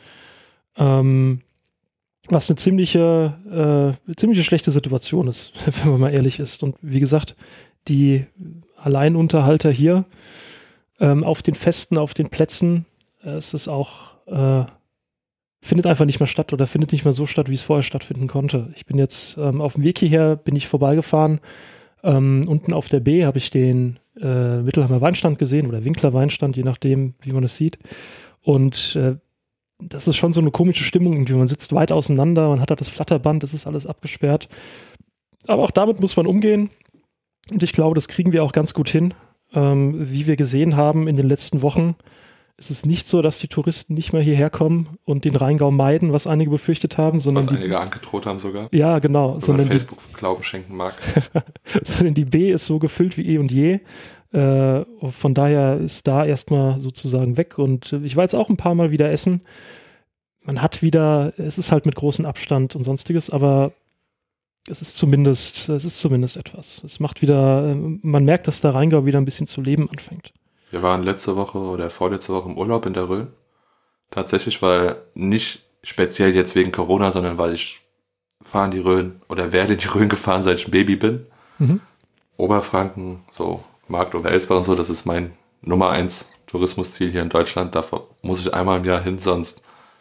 Ähm, Was eine ziemliche, äh, ziemliche schlechte Situation ist, wenn man mal ehrlich ist. Und wie gesagt, die Alleinunterhalter hier ähm, auf den Festen, auf den Plätzen, äh, es ist auch, äh, findet einfach nicht mehr statt oder findet nicht mehr so statt, wie es vorher stattfinden konnte. Ich bin jetzt ähm, auf dem Weg hierher, bin ich vorbeigefahren. Ähm, unten auf der B habe ich den äh, Mittelheimer Weinstand gesehen oder Winkler Weinstand, je nachdem, wie man es sieht. Und äh, das ist schon so eine komische Stimmung, irgendwie. Man sitzt weit auseinander, man hat da das Flatterband, das ist alles abgesperrt. Aber auch damit muss man umgehen. Und ich glaube, das kriegen wir auch ganz gut hin. Ähm, wie wir gesehen haben in den letzten Wochen, ist es nicht so, dass die Touristen nicht mehr hierher kommen und den Rheingau meiden, was einige befürchtet haben. Sondern was die, einige angedroht haben sogar. Ja, genau. Sondern Facebook die, Glauben schenken mag. sondern die B ist so gefüllt wie eh und je. Äh, von daher ist da erstmal sozusagen weg. Und ich war jetzt auch ein paar Mal wieder essen. Man hat wieder, es ist halt mit großem Abstand und sonstiges, aber es ist zumindest, es ist zumindest etwas. Es macht wieder, man merkt, dass der Rheingau wieder ein bisschen zu leben anfängt. Wir waren letzte Woche oder vorletzte Woche im Urlaub in der Rhön. Tatsächlich, weil nicht speziell jetzt wegen Corona, sondern weil ich fahre in die Rhön oder werde in die Rhön gefahren, seit ich ein Baby bin. Mhm. Oberfranken, so Markt oder Elsbach und so, das ist mein Nummer eins Tourismusziel hier in Deutschland. Da muss ich einmal im Jahr hin, sonst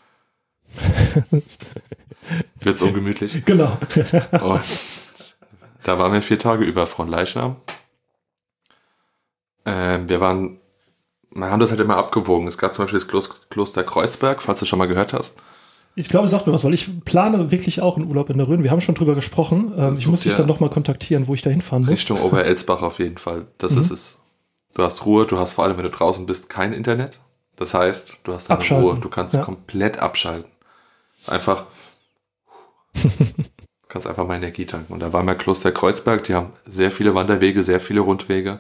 wird es ungemütlich. Genau. Und da waren wir vier Tage über Fronleichnam. Ähm, wir waren, wir haben das halt immer abgewogen. Es gab zum Beispiel das Kloster Kreuzberg, falls du schon mal gehört hast. Ich glaube, sag mir was, weil ich plane wirklich auch einen Urlaub in der Rhön. Wir haben schon drüber gesprochen. Ähm, ich muss dich dann nochmal kontaktieren, wo ich da hinfahren muss. Richtung Oberelsbach auf jeden Fall. Das mhm. ist es. Du hast Ruhe, du hast vor allem, wenn du draußen bist, kein Internet. Das heißt, du hast deine Ruhe. Du kannst ja. komplett abschalten. Einfach, du kannst einfach mal Energie tanken. Und da war mal Kloster Kreuzberg, die haben sehr viele Wanderwege, sehr viele Rundwege.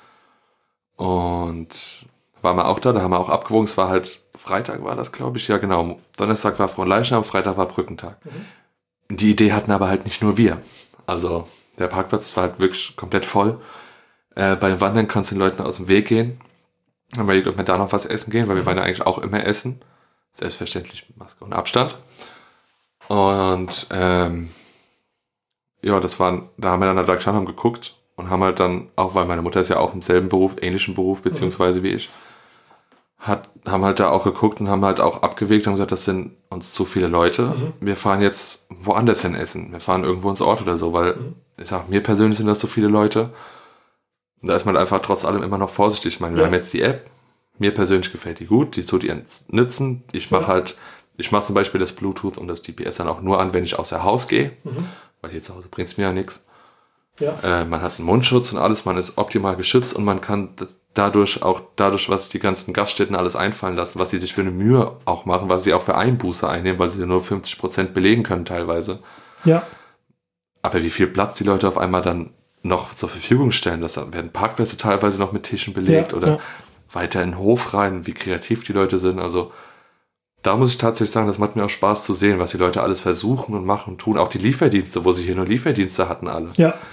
Und waren wir auch da, da haben wir auch abgewogen. Es war halt, Freitag war das, glaube ich. Ja, genau. Donnerstag war Fronleichnam, Freitag war Brückentag. Mhm. Die Idee hatten aber halt nicht nur wir. Also der Parkplatz war halt wirklich komplett voll. Äh, beim Wandern kannst du den Leuten aus dem Weg gehen. Haben wir überlegt, ob wir da noch was essen gehen, weil wir waren ja eigentlich auch immer essen. Selbstverständlich mit Maske und Abstand. Und ähm, ja, das waren, da haben wir dann halt haben geguckt und haben halt dann, auch weil meine Mutter ist ja auch im selben Beruf, ähnlichen Beruf, beziehungsweise wie ich, hat, haben halt da auch geguckt und haben halt auch abgewegt und gesagt, das sind uns zu viele Leute. Mhm. Wir fahren jetzt woanders hin essen. Wir fahren irgendwo ins Ort oder so, weil mhm. ich sag, mir persönlich sind das so viele Leute. Und da ist man halt einfach trotz allem immer noch vorsichtig. Ich meine, wir ja. haben jetzt die App. Mir persönlich gefällt die gut, die tut ihr nützen. Ich mache ja. halt, ich mache zum Beispiel das Bluetooth und das G P S dann auch nur an, wenn ich außer Haus gehe, mhm. weil hier zu Hause bringt es mir ja nichts. Ja. Äh, man hat einen Mundschutz und alles, man ist optimal geschützt und man kann dadurch auch, dadurch, was die ganzen Gaststätten alles einfallen lassen, was sie sich für eine Mühe auch machen, was sie auch für Einbuße einnehmen, weil sie nur fünfzig Prozent belegen können teilweise. Ja. Aber wie viel Platz die Leute auf einmal dann noch zur Verfügung stellen, das werden Parkplätze teilweise noch mit Tischen belegt ja, oder ja. weiter in den Hof rein, wie kreativ die Leute sind. Also da muss ich tatsächlich sagen, das macht mir auch Spaß zu sehen, was die Leute alles versuchen und machen und tun. Auch die Lieferdienste, wo sie hier nur Lieferdienste hatten alle. Ja.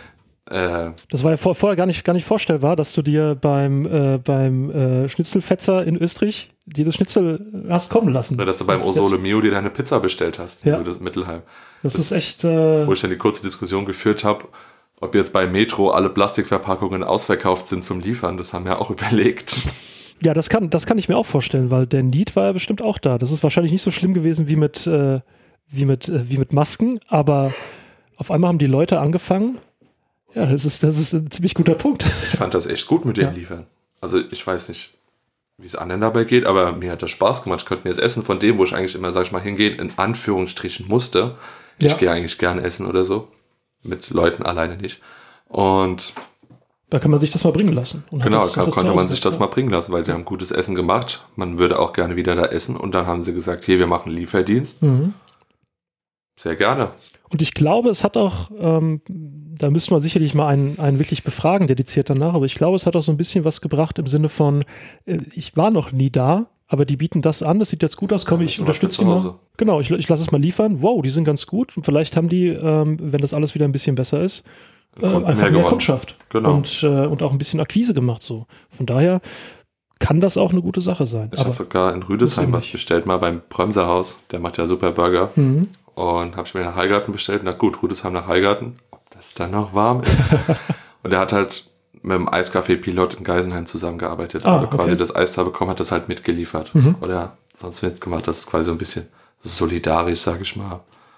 Äh, das war ja vor, vorher gar nicht, gar nicht vorstellbar, dass du dir beim, äh, beim äh, Schnitzelfetzer in Österreich dir das Schnitzel hast kommen lassen. Oder dass du beim Osole Mio dir deine Pizza bestellt hast, ja. in Mittelheim. Das, das ist echt... Äh, wo ich dann die kurze Diskussion geführt habe, ob jetzt bei Metro alle Plastikverpackungen ausverkauft sind zum Liefern. Das haben wir auch überlegt. Ja, das kann, das kann ich mir auch vorstellen, weil der Need war ja bestimmt auch da. Das ist wahrscheinlich nicht so schlimm gewesen wie mit, äh, wie mit, äh, wie mit Masken, aber auf einmal haben die Leute angefangen. Ja, das ist, das ist ein ziemlich guter Punkt. Ich fand das echt gut mit dem ja. Liefern. Also ich weiß nicht, wie es anderen dabei geht, aber mir hat das Spaß gemacht. Ich konnte mir das Essen von dem, wo ich eigentlich immer, sag ich mal, hingehen, in Anführungsstrichen musste. Ich ja. gehe eigentlich gern essen oder so. Mit Leuten alleine nicht. Und da kann man sich das mal bringen lassen. Und genau, das, da konnte man sich das mal bringen lassen, weil die haben gutes Essen gemacht. Man würde auch gerne wieder da essen. Und dann haben sie gesagt, hier, wir machen Lieferdienst. Mhm. Sehr gerne. Und ich glaube, es hat auch, ähm, da müssen wir sicherlich mal einen, einen wirklich befragen, dediziert danach, aber ich glaube, es hat auch so ein bisschen was gebracht im Sinne von, äh, ich war noch nie da, aber die bieten das an, das sieht jetzt gut aus, komm, ich unterstütze die mal. Genau, ich, ich lasse es mal liefern. Wow, die sind ganz gut. Und vielleicht haben die, ähm, wenn das alles wieder ein bisschen besser ist, äh, einfach mehr, mehr Kundschaft. Genau. Und, äh, und auch ein bisschen Akquise gemacht so. Von daher kann das auch eine gute Sache sein. Ich habe sogar in Rüdesheim was bestellt, mal beim Brömserhaus. Der macht ja super Burger. Mhm. Und habe ich mir nach Heilgarten bestellt. Na gut, Rüdesheim nach Heilgarten. Ob das dann noch warm ist? Und der hat halt mit dem Eiscafé-Pilot in Geisenheim zusammengearbeitet. Ah, also quasi okay. das Eis da bekommen, hat das halt mitgeliefert. Mhm. Oder sonst mitgemacht. Das ist quasi so ein bisschen solidarisch, sag ich mal.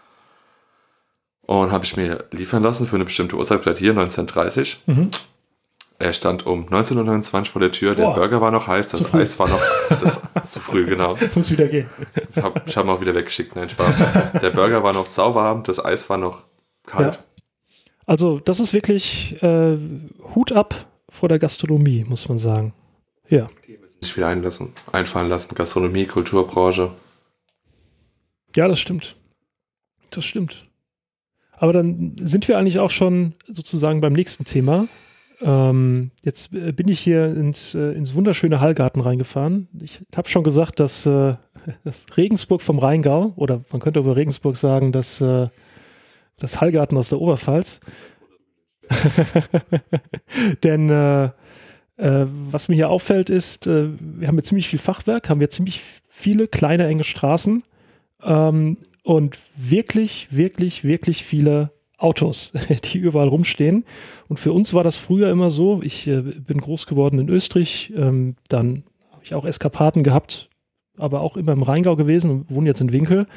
Und habe ich mir liefern lassen für eine bestimmte Uhrzeit, vielleicht hier neunzehn Uhr dreißig. Mhm. Er stand um neunzehn Uhr neunundzwanzig vor der Tür. Der Boah. Burger war noch heiß, das Eis war noch das, zu früh, genau. Muss wieder gehen. Ich habe ich hab ihn auch wieder weggeschickt, nein, Spaß. Der Burger war noch sauwarm, das Eis war noch kalt. Ja. Also das ist wirklich äh, Hut ab vor der Gastronomie, muss man sagen. Ja. Die müssen sich wieder einlassen, einfallen lassen. Gastronomie, Kulturbranche. Ja, das stimmt. Das stimmt. Aber dann sind wir eigentlich auch schon sozusagen beim nächsten Thema. Ähm, jetzt äh, bin ich hier ins, äh, ins wunderschöne Hallgarten reingefahren. Ich habe schon gesagt, dass äh, das Regensburg vom Rheingau, oder man könnte über Regensburg sagen, dass äh, das Hallgarten aus der Oberpfalz. Denn äh, äh, was mir hier auffällt ist, äh, wir haben hier ziemlich viel Fachwerk, haben wir ziemlich viele kleine, enge Straßen ähm, und wirklich, wirklich, wirklich viele Autos, die überall rumstehen. Und für uns war das früher immer so, ich äh, bin groß geworden in Österreich, ähm, dann habe ich auch Eskapaden gehabt, aber auch immer im Rheingau gewesen und wohne jetzt in Winkel,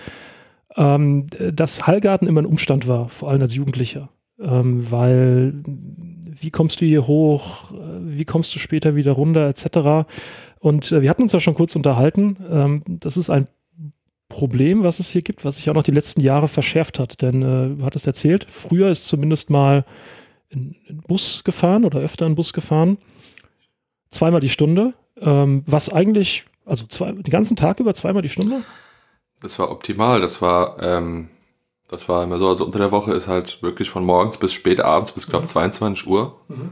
ähm, dass Hallgarten immer ein Umstand war, vor allem als Jugendlicher. Ähm, weil, wie kommst du hier hoch, wie kommst du später wieder runter, et cetera. Und äh, wir hatten uns ja schon kurz unterhalten, ähm, das ist ein Problem, was es hier gibt, was sich auch noch die letzten Jahre verschärft hat. Denn äh, du hattest erzählt, früher ist zumindest mal ein, ein Bus gefahren oder öfter ein Bus gefahren, zweimal die Stunde, ähm, was eigentlich, also zwei, den ganzen Tag über zweimal die Stunde? Das war optimal, das war, ähm, das war immer so, also unter der Woche ist halt wirklich von morgens bis spät abends, bis, glaube ich, mhm. zweiundzwanzig Uhr, mhm.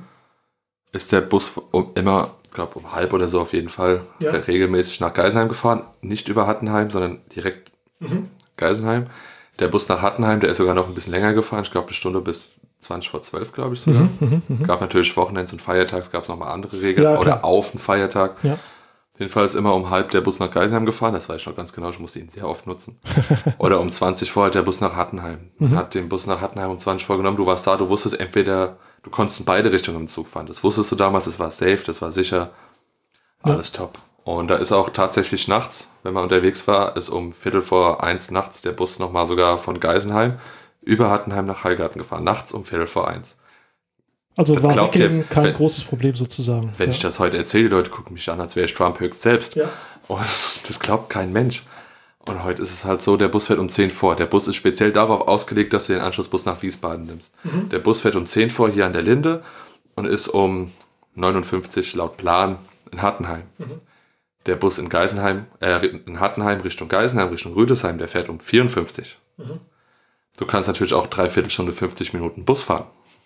ist der Bus um, immer, ich glaube, um halb oder so auf jeden Fall ja. regelmäßig nach Geisenheim gefahren. Nicht über Hattenheim, sondern direkt mhm. Geisenheim. Der Bus nach Hattenheim, der ist sogar noch ein bisschen länger gefahren. Ich glaube, eine Stunde bis zwanzig vor zwölf, glaube ich sogar. Mhm, mh, mh. Gab natürlich Wochenends und Feiertags, gab es nochmal andere Regeln. Ja, oder auf den Feiertag. Ja. Auf jeden Fall ist immer um halb der Bus nach Geisenheim gefahren. Das weiß ich noch ganz genau, ich musste ihn sehr oft nutzen. Oder um zwanzig vor halt der Bus nach Hattenheim. Man mhm. hat den Bus nach Hattenheim um zwanzig vor genommen. Du warst da, du wusstest entweder, du konntest in beide Richtungen im Zug fahren. Das wusstest du damals, das war safe, das war sicher. Alles ja. top. Und da ist auch tatsächlich nachts, wenn man unterwegs war, ist um Viertel vor eins nachts der Bus nochmal sogar von Geisenheim über Hattenheim nach Hallgarten gefahren. Nachts um Viertel vor eins. Also das war Weggehen kein wenn, großes Problem sozusagen. Wenn ja. ich das heute erzähle, die Leute gucken mich an, als wäre ich Trump höchst selbst. Ja. Und das glaubt kein Mensch. Und heute ist es halt so, der Bus fährt um zehn vor. Der Bus ist speziell darauf ausgelegt, dass du den Anschlussbus nach Wiesbaden nimmst. Mhm. Der Bus fährt um zehn vor hier an der Linde und ist um neunundfünfzig laut Plan in Hattenheim. Mhm. Der Bus in Geisenheim, äh, in Hattenheim Richtung Geisenheim, Richtung Rüdesheim, der fährt um vierundfünfzig. Mhm. Du kannst natürlich auch dreiviertel Stunde, fünfzig Minuten Bus fahren.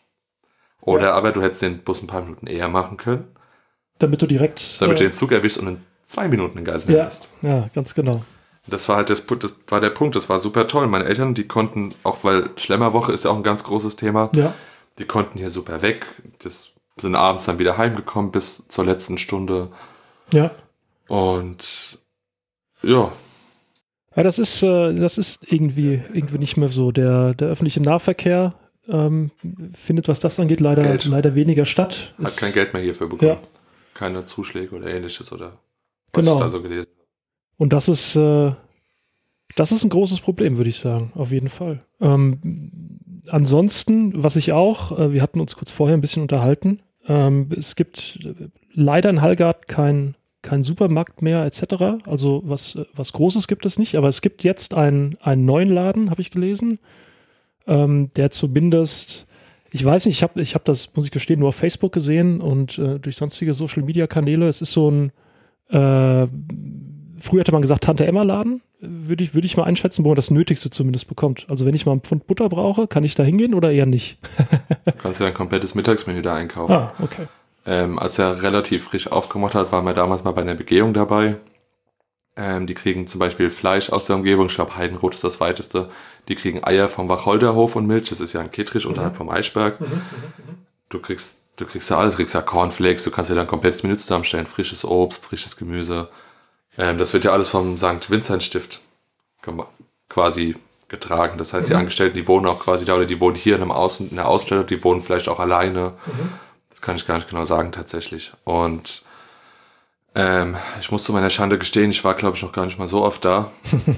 Oder ja. aber du hättest den Bus ein paar Minuten eher machen können. Damit du direkt... Damit äh, du den Zug erwischst und in zwei Minuten in Geisenheim ja, bist. Ja, ganz genau. Das war halt das, das war der Punkt, das war super toll. Meine Eltern, die konnten, auch weil Schlemmerwoche ist ja auch ein ganz großes Thema, ja. Die konnten hier super weg. Das sind abends dann wieder heimgekommen bis zur letzten Stunde. Ja. Und ja. Ja, das ist, äh, das ist irgendwie, irgendwie nicht mehr so. Der, der öffentliche Nahverkehr ähm, findet, was das angeht, leider, leider weniger statt. Hat ist, kein Geld mehr hierfür bekommen. Ja. Keine Zuschläge oder ähnliches oder was genau. ich da so gelesen habe. Und das ist, äh, das ist ein großes Problem, würde ich sagen, auf jeden Fall. Ähm, ansonsten, was ich auch, äh, wir hatten uns kurz vorher ein bisschen unterhalten, ähm, es gibt leider in Hallgarten kein, kein Supermarkt mehr et cetera. Also was, was Großes gibt es nicht, aber es gibt jetzt einen, einen neuen Laden, habe ich gelesen, ähm, der zumindest, ich weiß nicht, ich habe ich hab das, muss ich gestehen, nur auf Facebook gesehen und äh, durch sonstige Social-Media-Kanäle. Es ist so ein, äh, früher hätte man gesagt Tante-Emma-Laden, würde ich, würde ich mal einschätzen, wo man das Nötigste zumindest bekommt. Also wenn ich mal einen Pfund Butter brauche, kann ich da hingehen oder eher nicht? Du kannst ja ein komplettes Mittagsmenü da einkaufen. Ah, okay. Ähm, als er relativ frisch aufgemacht hat, waren wir damals mal bei einer Begehung dabei. Ähm, die kriegen zum Beispiel Fleisch aus der Umgebung, ich glaube Heidenroth ist das weiteste. Die kriegen Eier vom Wacholderhof und Milch, das ist ja ein Kittrich mhm. unterhalb vom Eichberg. Mhm, mhm, du kriegst, du kriegst ja alles, du kriegst ja Cornflakes, du kannst ja dann ein komplettes Menü zusammenstellen, frisches Obst, frisches Gemüse. Ähm, das wird ja alles vom Sankt Vincent Stift quasi getragen. Das heißt, mhm. die Angestellten, die wohnen auch quasi da oder die wohnen hier in, einem Außen, in der Ausstellung, die wohnen vielleicht auch alleine. Mhm. Das kann ich gar nicht genau sagen tatsächlich. Und ähm, ich muss zu meiner Schande gestehen, ich war glaube ich noch gar nicht mal so oft da.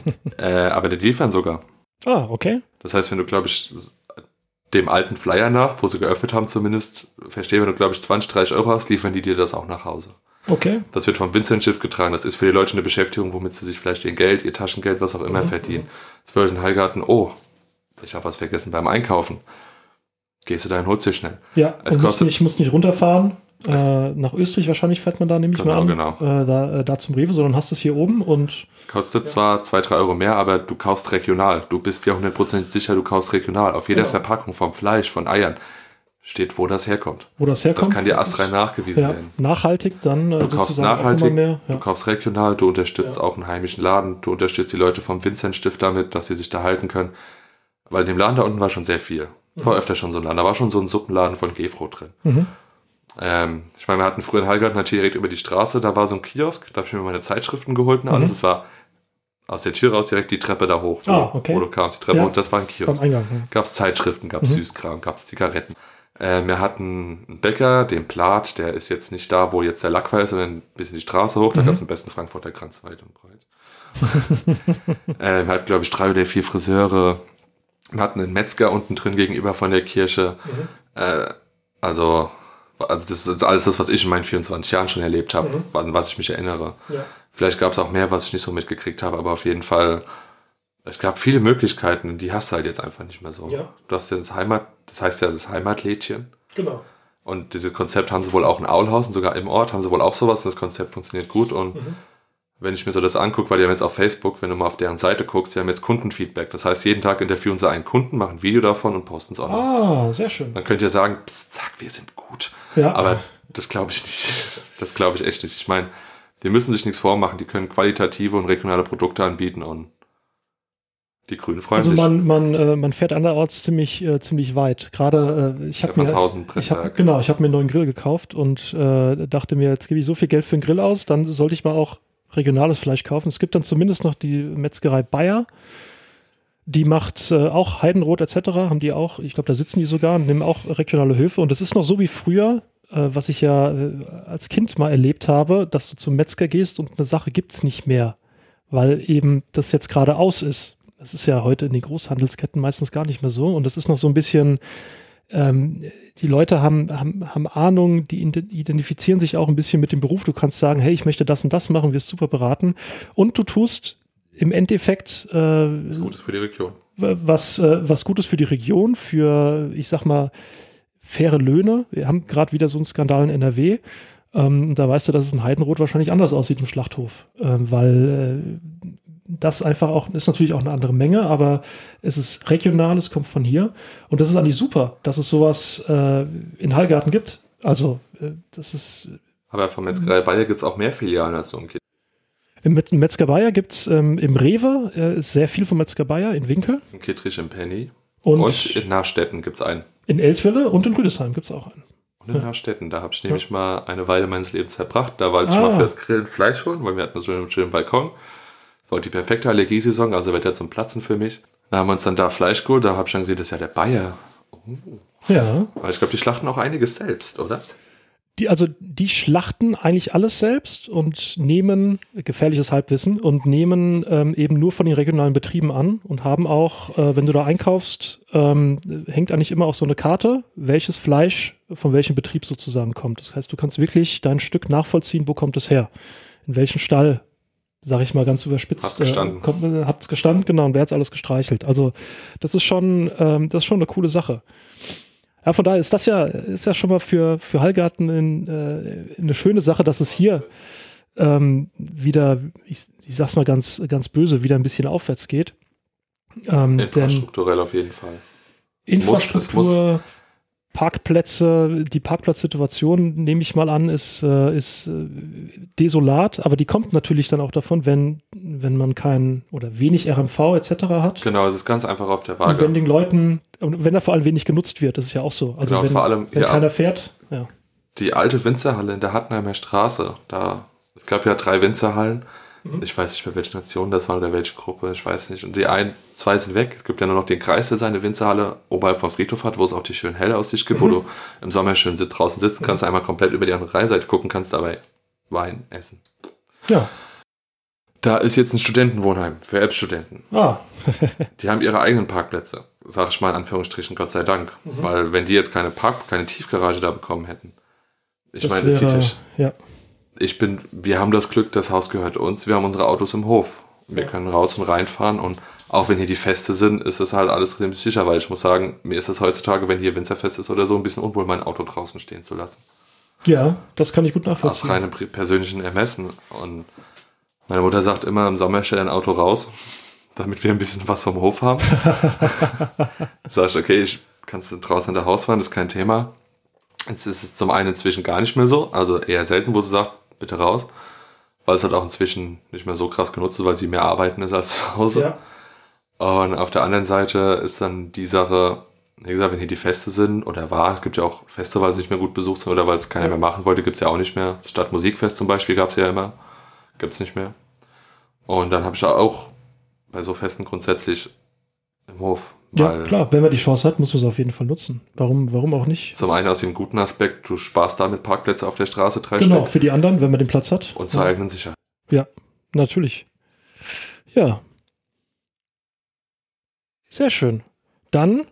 äh, aber die liefern sogar. Ah, okay. Das heißt, wenn du glaube ich dem alten Flyer nach, wo sie geöffnet haben zumindest, verstehe, wenn du glaube ich zwanzig, dreißig Euro hast, liefern die dir das auch nach Hause. Okay. Das wird vom Vincent Schiff getragen. Das ist für die Leute eine Beschäftigung, womit sie sich vielleicht ihr Geld, ihr Taschengeld, was auch immer mhm. verdienen. Das wird in Hallgarten, oh, ich habe was vergessen beim Einkaufen. Gehst du da und holst dir schnell. Ja, es kostet, nicht, ich muss nicht runterfahren. Äh, nach Österreich wahrscheinlich fährt man da nämlich genau, mal an, genau. äh, da, äh, da zum Rewe, sondern hast es hier oben und... Kostet ja. zwar zwei, drei Euro mehr, aber du kaufst regional. Du bist dir hundert Prozent sicher, du kaufst regional. Auf jeder genau. Verpackung vom Fleisch, von Eiern steht, wo das herkommt. Wo das herkommt. Das kann dir astrein nachgewiesen ja, werden. Nachhaltig dann. Du kaufst nachhaltig, mehr, ja. du kaufst regional, du unterstützt ja. auch einen heimischen Laden, du unterstützt die Leute vom Vincent Stift damit, dass sie sich da halten können. Weil in dem Laden da unten war schon sehr viel. Mhm. War öfter schon so ein Laden. Da war schon so ein Suppenladen von Gefro drin. Mhm. Ähm, ich meine, wir hatten früher in Hallgarten natürlich direkt über die Straße, da war so ein Kiosk, da habe ich mir meine Zeitschriften geholt und alles. Es mhm. war aus der Tür raus direkt die Treppe da hoch, wo, ah, okay. wo du kamst. Die Treppe ja. hoch, das war ein Kiosk. Eingang, ja. Gab es Zeitschriften, gab es mhm. Süßkram, gab es Zigaretten. Äh, wir hatten einen Bäcker, den Plat, der ist jetzt nicht da, wo jetzt der Lack war, sondern ein bisschen die Straße hoch. Da mhm. gab es den besten Frankfurter Kranz weit und breit. äh, wir hatten, glaube ich, drei oder vier Friseure. Wir hatten einen Metzger unten drin gegenüber von der Kirche. Mhm. Äh, also, also das ist alles das, was ich in meinen vierundzwanzig Jahren schon erlebt habe, mhm. an was ich mich erinnere. Ja. Vielleicht gab es auch mehr, was ich nicht so mitgekriegt habe, aber auf jeden Fall, es gab viele Möglichkeiten, die hast du halt jetzt einfach nicht mehr so. Ja. Du hast ja das Heimat, das heißt ja das Heimatlädchen. Genau. Und dieses Konzept haben sie wohl auch in Aulhausen, sogar im Ort haben sie wohl auch sowas und das Konzept funktioniert gut und mhm. wenn ich mir so das angucke, weil die haben jetzt auf Facebook, wenn du mal auf deren Seite guckst, die haben jetzt Kundenfeedback. Das heißt, jeden Tag interviewen sie einen Kunden, machen ein Video davon und posten es online. Ah, sehr schön. Dann könnt ihr sagen, pst, sag, wir sind gut. Ja. Aber das glaube ich nicht. Das glaube ich echt nicht. Ich meine, die müssen sich nichts vormachen. Die können qualitative und regionale Produkte anbieten und die Grünen freuen also sich. Also man, man, äh, man fährt anderorts ziemlich, äh, ziemlich weit. Gerade äh, ich habe mir, ich hab, genau, ich habe mir einen neuen Grill gekauft und äh, dachte mir, jetzt gebe ich so viel Geld für einen Grill aus, dann sollte ich mal auch regionales Fleisch kaufen. Es gibt dann zumindest noch die Metzgerei Bayer. Die macht äh, auch Heidenroth et cetera. Haben die auch, ich glaube, da sitzen die sogar und nehmen auch regionale Höfe. Und das ist noch so wie früher, äh, was ich ja äh, als Kind mal erlebt habe, dass du zum Metzger gehst und eine Sache gibt es nicht mehr, weil eben das jetzt gerade aus ist. Das ist ja heute in den Großhandelsketten meistens gar nicht mehr so. Und das ist noch so ein bisschen, ähm, die Leute haben, haben, haben Ahnung, die identifizieren sich auch ein bisschen mit dem Beruf. Du kannst sagen, hey, ich möchte das und das machen, wirst super beraten. Und du tust im Endeffekt äh, was Gutes für die Region. Was, äh, was Gutes für die Region, für, ich sag mal, faire Löhne. Wir haben gerade wieder so einen Skandal in N R W. Ähm, da weißt du, dass es in Heidenroth wahrscheinlich anders aussieht im Schlachthof. Ähm, weil äh, das einfach auch, ist natürlich auch eine andere Menge, aber es ist regional, es kommt von hier. Und das ist eigentlich super, dass es sowas äh, in Hallgarten gibt. Also, äh, das ist. Aber von Metzgerei Bayer gibt es auch mehr Filialen als so ein Kind. Im Met- Metzger Bayer gibt es ähm, im Rewe äh, sehr viel von Metzger Bayer in Winkel. In Kittrich im Penny. Und, Und in Nachstetten gibt es einen. In Eltville und in Rüdesheim gibt es auch einen. Und in Harstetten, da habe ich nämlich ja. mal eine Weile meines Lebens verbracht. Da wollte ich ah. mal fürs Grillen Fleisch holen, weil wir hatten so einen schönen Balkon. War die perfekte Allergiesaison, also wird ja zum Platzen für mich. Da haben wir uns dann da Fleisch geholt, da habe ich dann gesehen, das ist ja der Bayer. Oh. Ja. Aber ich glaube, die schlachten auch einiges selbst, oder? Die, also die schlachten eigentlich alles selbst und nehmen, gefährliches Halbwissen, und nehmen ähm, eben nur von den regionalen Betrieben an und haben auch, äh, wenn du da einkaufst, ähm, hängt eigentlich immer auch so eine Karte, welches Fleisch von welchem Betrieb sozusagen kommt. Das heißt, du kannst wirklich dein Stück nachvollziehen, wo kommt es her, in welchen Stall, sag ich mal ganz überspitzt. Hat's gestanden. Äh, Hat es gestanden, genau, und wer hat's alles gestreichelt. Also das ist schon, ähm, das ist schon eine coole Sache. Ja, von daher ist das ja, ist ja schon mal für, für Hallgarten in, äh, eine schöne Sache, dass es hier ähm, wieder, ich, ich sag's mal ganz, ganz böse, wieder ein bisschen aufwärts geht. Ähm, Infrastrukturell auf jeden Fall. Infrastruktur, muss, muss Parkplätze, die Parkplatzsituation, nehme ich mal an, ist, äh, ist äh, desolat, aber die kommt natürlich dann auch davon, wenn, wenn man kein oder wenig R M V et cetera hat. Genau, es ist ganz einfach auf der Waage. Und wenn den Leuten, und wenn da vor allem wenig genutzt wird, das ist ja auch so. Also genau, wenn, vor allem, wenn ja, keiner fährt, ja. Die alte Winzerhalle in der Hattenheimer Straße, da, es gab ja drei Winzerhallen. Ich weiß nicht mehr, welche Nation das war oder welche Gruppe, ich weiß nicht. Und die ein, zwei sind weg. Es gibt ja nur noch den Kreis, der seine Winzerhalle oberhalb vom Friedhof hat, wo es auch die schöne helle Aussicht gibt, mhm. wo du im Sommer schön draußen sitzen kannst, einmal komplett über die andere Rheinseite gucken kannst, dabei Wein essen. Ja. Da ist jetzt ein Studentenwohnheim für Elbstudenten. Ah. Die haben ihre eigenen Parkplätze, sag ich mal in Anführungsstrichen, Gott sei Dank. Mhm. Weil wenn die jetzt keine Park, keine Tiefgarage da bekommen hätten, ich meine, das sieht ich. Ja. Ich bin, wir haben das Glück, das Haus gehört uns, wir haben unsere Autos im Hof. Wir können raus und reinfahren und auch wenn hier die Feste sind, ist das halt alles ziemlich sicher, weil ich muss sagen, mir ist es heutzutage, wenn hier Winzerfest ist oder so, ein bisschen unwohl, mein Auto draußen stehen zu lassen. Ja, das kann ich gut nachvollziehen. Aus reinem persönlichen Ermessen. Und meine Mutter sagt immer, im Sommer stell dein Auto raus, damit wir ein bisschen was vom Hof haben. Sag ich, okay, ich kannst du draußen in der Haus fahren, das ist kein Thema. Jetzt ist es zum einen inzwischen gar nicht mehr so, also eher selten, wo sie sagt, bitte raus, weil es halt auch inzwischen nicht mehr so krass genutzt ist, weil sie mehr arbeiten ist als zu Hause. Ja. Und auf der anderen Seite ist dann die Sache, wie gesagt, wenn hier die Feste sind oder war, es gibt ja auch Feste, weil sie nicht mehr gut besucht sind oder weil es keiner mehr machen wollte, gibt es ja auch nicht mehr. Das Stadtmusikfest zum Beispiel gab es ja immer, gibt es nicht mehr. Und dann habe ich ja auch bei so Festen grundsätzlich im Hof. Ja, klar, wenn man die Chance hat, muss man es auf jeden Fall nutzen. Warum, warum auch nicht? Zum einen aus dem guten Aspekt, du sparst damit Parkplätze auf der Straße, drei Genau, Stück. für die anderen, wenn man den Platz hat. Und zur ja. eigenen Sicherheit. Ja, natürlich. Ja. Sehr schön. Dann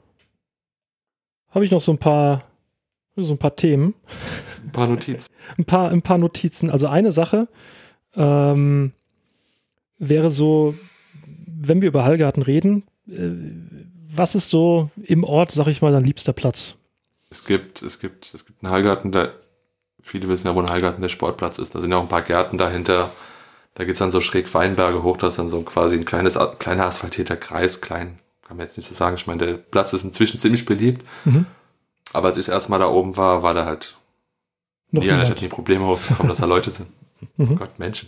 habe ich noch so ein paar, so ein paar Themen. Ein paar Notizen. ein, paar, ein paar Notizen. Also eine Sache ähm, wäre so, wenn wir über Hallgarten reden, äh, was ist so im Ort, sag ich mal, dein liebster Platz? Es gibt, es gibt, es gibt einen Hallgarten, der, viele wissen ja, wo ein Hallgarten der Sportplatz ist. Da sind ja auch ein paar Gärten dahinter. Da geht es dann so schräg Weinberge hoch, da ist dann so quasi ein kleines, kleiner asphaltierter Kreis, klein, kann man jetzt nicht so sagen. Ich meine, der Platz ist inzwischen ziemlich beliebt. Mhm. Aber als ich das erste Mal da oben war, war da halt Noch nie einer, ich hatte nie Probleme hochzukommen, dass da Leute sind. Mhm. Gott, Menschen.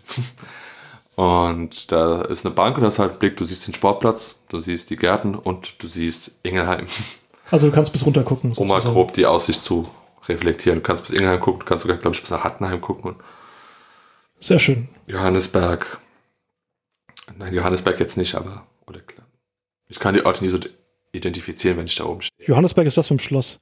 Und da ist eine Bank und das ist halt ein Blick, du siehst den Sportplatz, du siehst die Gärten und du siehst Ingelheim. Also du kannst bis runter gucken. Um mal grob die Aussicht zu reflektieren. Du kannst bis Ingelheim gucken, du kannst sogar, glaube ich, bis nach Hattenheim gucken. Und sehr schön. Johannesberg. Nein, Johannesberg jetzt nicht, aber oder klar. Ich kann die Orte nie so identifizieren, wenn ich da oben stehe. Johannesberg ist das mit dem Schloss.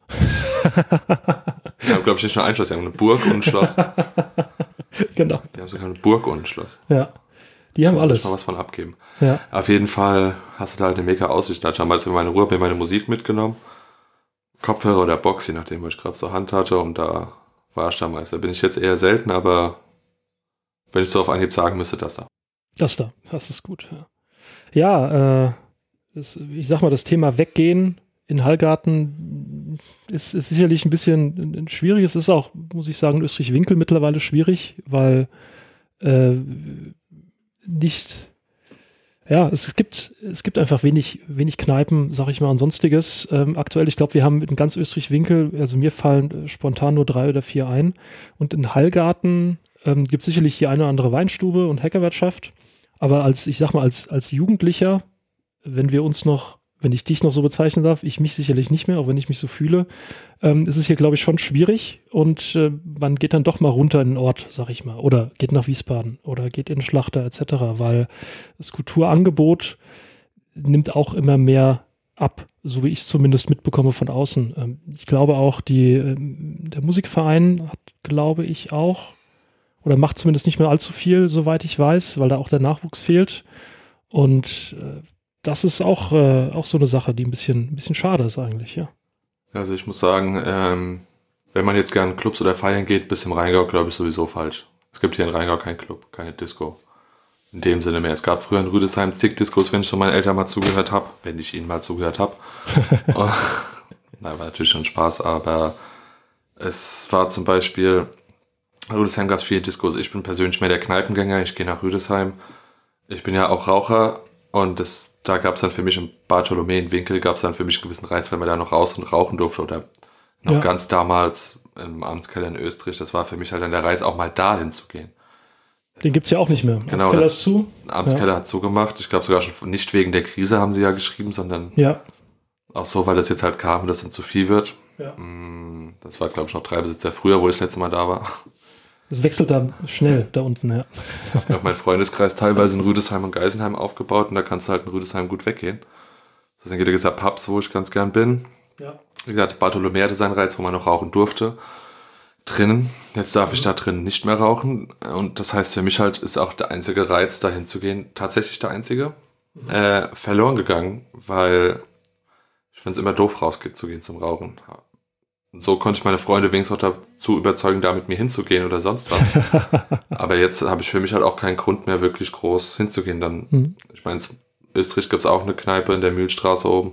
Die haben, glaube ich, nicht nur ein Schloss, die haben eine Burg und ein Schloss. Genau. Die haben sogar eine Burg und ein Schloss. Ja. Die haben alles. Ich mal was von abgeben. Ja. Auf jeden Fall hast du da halt eine mega Aussicht. Da hatte ich damals in meine Ruhe, habe mir meine Musik mitgenommen. Kopfhörer oder Box, je nachdem, was ich gerade zur Hand hatte. Und da war ich damals. Da bin ich jetzt eher selten, aber wenn ich so auf Anhieb sagen müsste, das da. Das da, das ist gut. Ja, ja äh, das, ich sag mal, das Thema Weggehen in Hallgarten ist, ist sicherlich ein bisschen schwierig. Es ist auch, muss ich sagen, in Österreich-Winkel mittlerweile schwierig, weil äh, nicht, ja, es gibt, es gibt einfach wenig, wenig Kneipen, sag ich mal, und sonstiges. Ähm, aktuell, ich glaube, wir haben in ganz Österreich-Winkel, also mir fallen spontan nur drei oder vier ein. Und in Hallgarten ähm, gibt es sicherlich die eine oder andere Weinstube und Hackerwirtschaft. Aber als, ich sag mal, als, als Jugendlicher, wenn wir uns noch wenn ich dich noch so bezeichnen darf, ich mich sicherlich nicht mehr, auch wenn ich mich so fühle, ähm, ist es hier, glaube ich, schon schwierig und äh, man geht dann doch mal runter in den Ort, sag ich mal, oder geht nach Wiesbaden oder geht in den Schlachter et cetera, weil das Kulturangebot nimmt auch immer mehr ab, so wie ich es zumindest mitbekomme von außen. Ähm, ich glaube auch, die, ähm, der Musikverein hat, glaube ich, auch oder macht zumindest nicht mehr allzu viel, soweit ich weiß, weil da auch der Nachwuchs fehlt und äh, das ist auch, äh, auch so eine Sache, die ein bisschen, ein bisschen schade ist eigentlich, ja. Also ich muss sagen, ähm, wenn man jetzt gerne in Clubs oder feiern geht, bis im Rheingau, glaube ich, sowieso falsch. Es gibt hier in Rheingau keinen Club, keine Disco. In dem Sinne mehr. Es gab früher in Rüdesheim zig Discos, wenn ich schon meinen Eltern mal zugehört habe, wenn ich ihnen mal zugehört habe. Nein, war natürlich schon Spaß, aber es war zum Beispiel, in Rüdesheim gab es viele Discos. Ich bin persönlich mehr der Kneipengänger, ich gehe nach Rüdesheim. Ich bin ja auch Raucher. Und das, da gab es dann für mich im Bartholomä in Winkel, gab es dann für mich einen gewissen Reiz, weil man da noch raus und rauchen durfte oder noch ja. ganz damals im Amtskeller in Österreich. Das war für mich halt dann der Reiz, auch mal da hinzugehen. Den gibt es ja auch nicht mehr. Genau, Amtskeller ist zu. Amtskeller ja. hat zugemacht. Ich glaube sogar schon nicht wegen der Krise haben sie ja geschrieben, sondern ja. auch so, weil das jetzt halt kam, dass es dann zu viel wird. Ja. Das war, glaube ich, noch drei Besitzer früher, wo ich das letzte Mal da war. Es wechselt da schnell da unten, ja. Ich habe meinen Freundeskreis teilweise in Rüdesheim und Geisenheim aufgebaut und da kannst du halt in Rüdesheim gut weggehen. Das sind wieder gesagt Pubs, wo ich ganz gern bin. Ja. Wie gesagt, Bartholomä hatte seinen Reiz, wo man noch rauchen durfte. Drinnen. Jetzt darf mhm. ich da drinnen nicht mehr rauchen. Und das heißt für mich halt, ist auch der einzige Reiz, dahin zu gehen, tatsächlich der einzige, mhm. äh, verloren gegangen, weil ich finde es immer doof, rauszugehen zum Rauchen. So konnte ich meine Freunde wenigstens auch dazu überzeugen, da mit mir hinzugehen oder sonst was. Aber jetzt habe ich für mich halt auch keinen Grund mehr, wirklich groß hinzugehen. Dann, mhm. ich meine, in Österreich gibt es auch eine Kneipe in der Mühlstraße oben.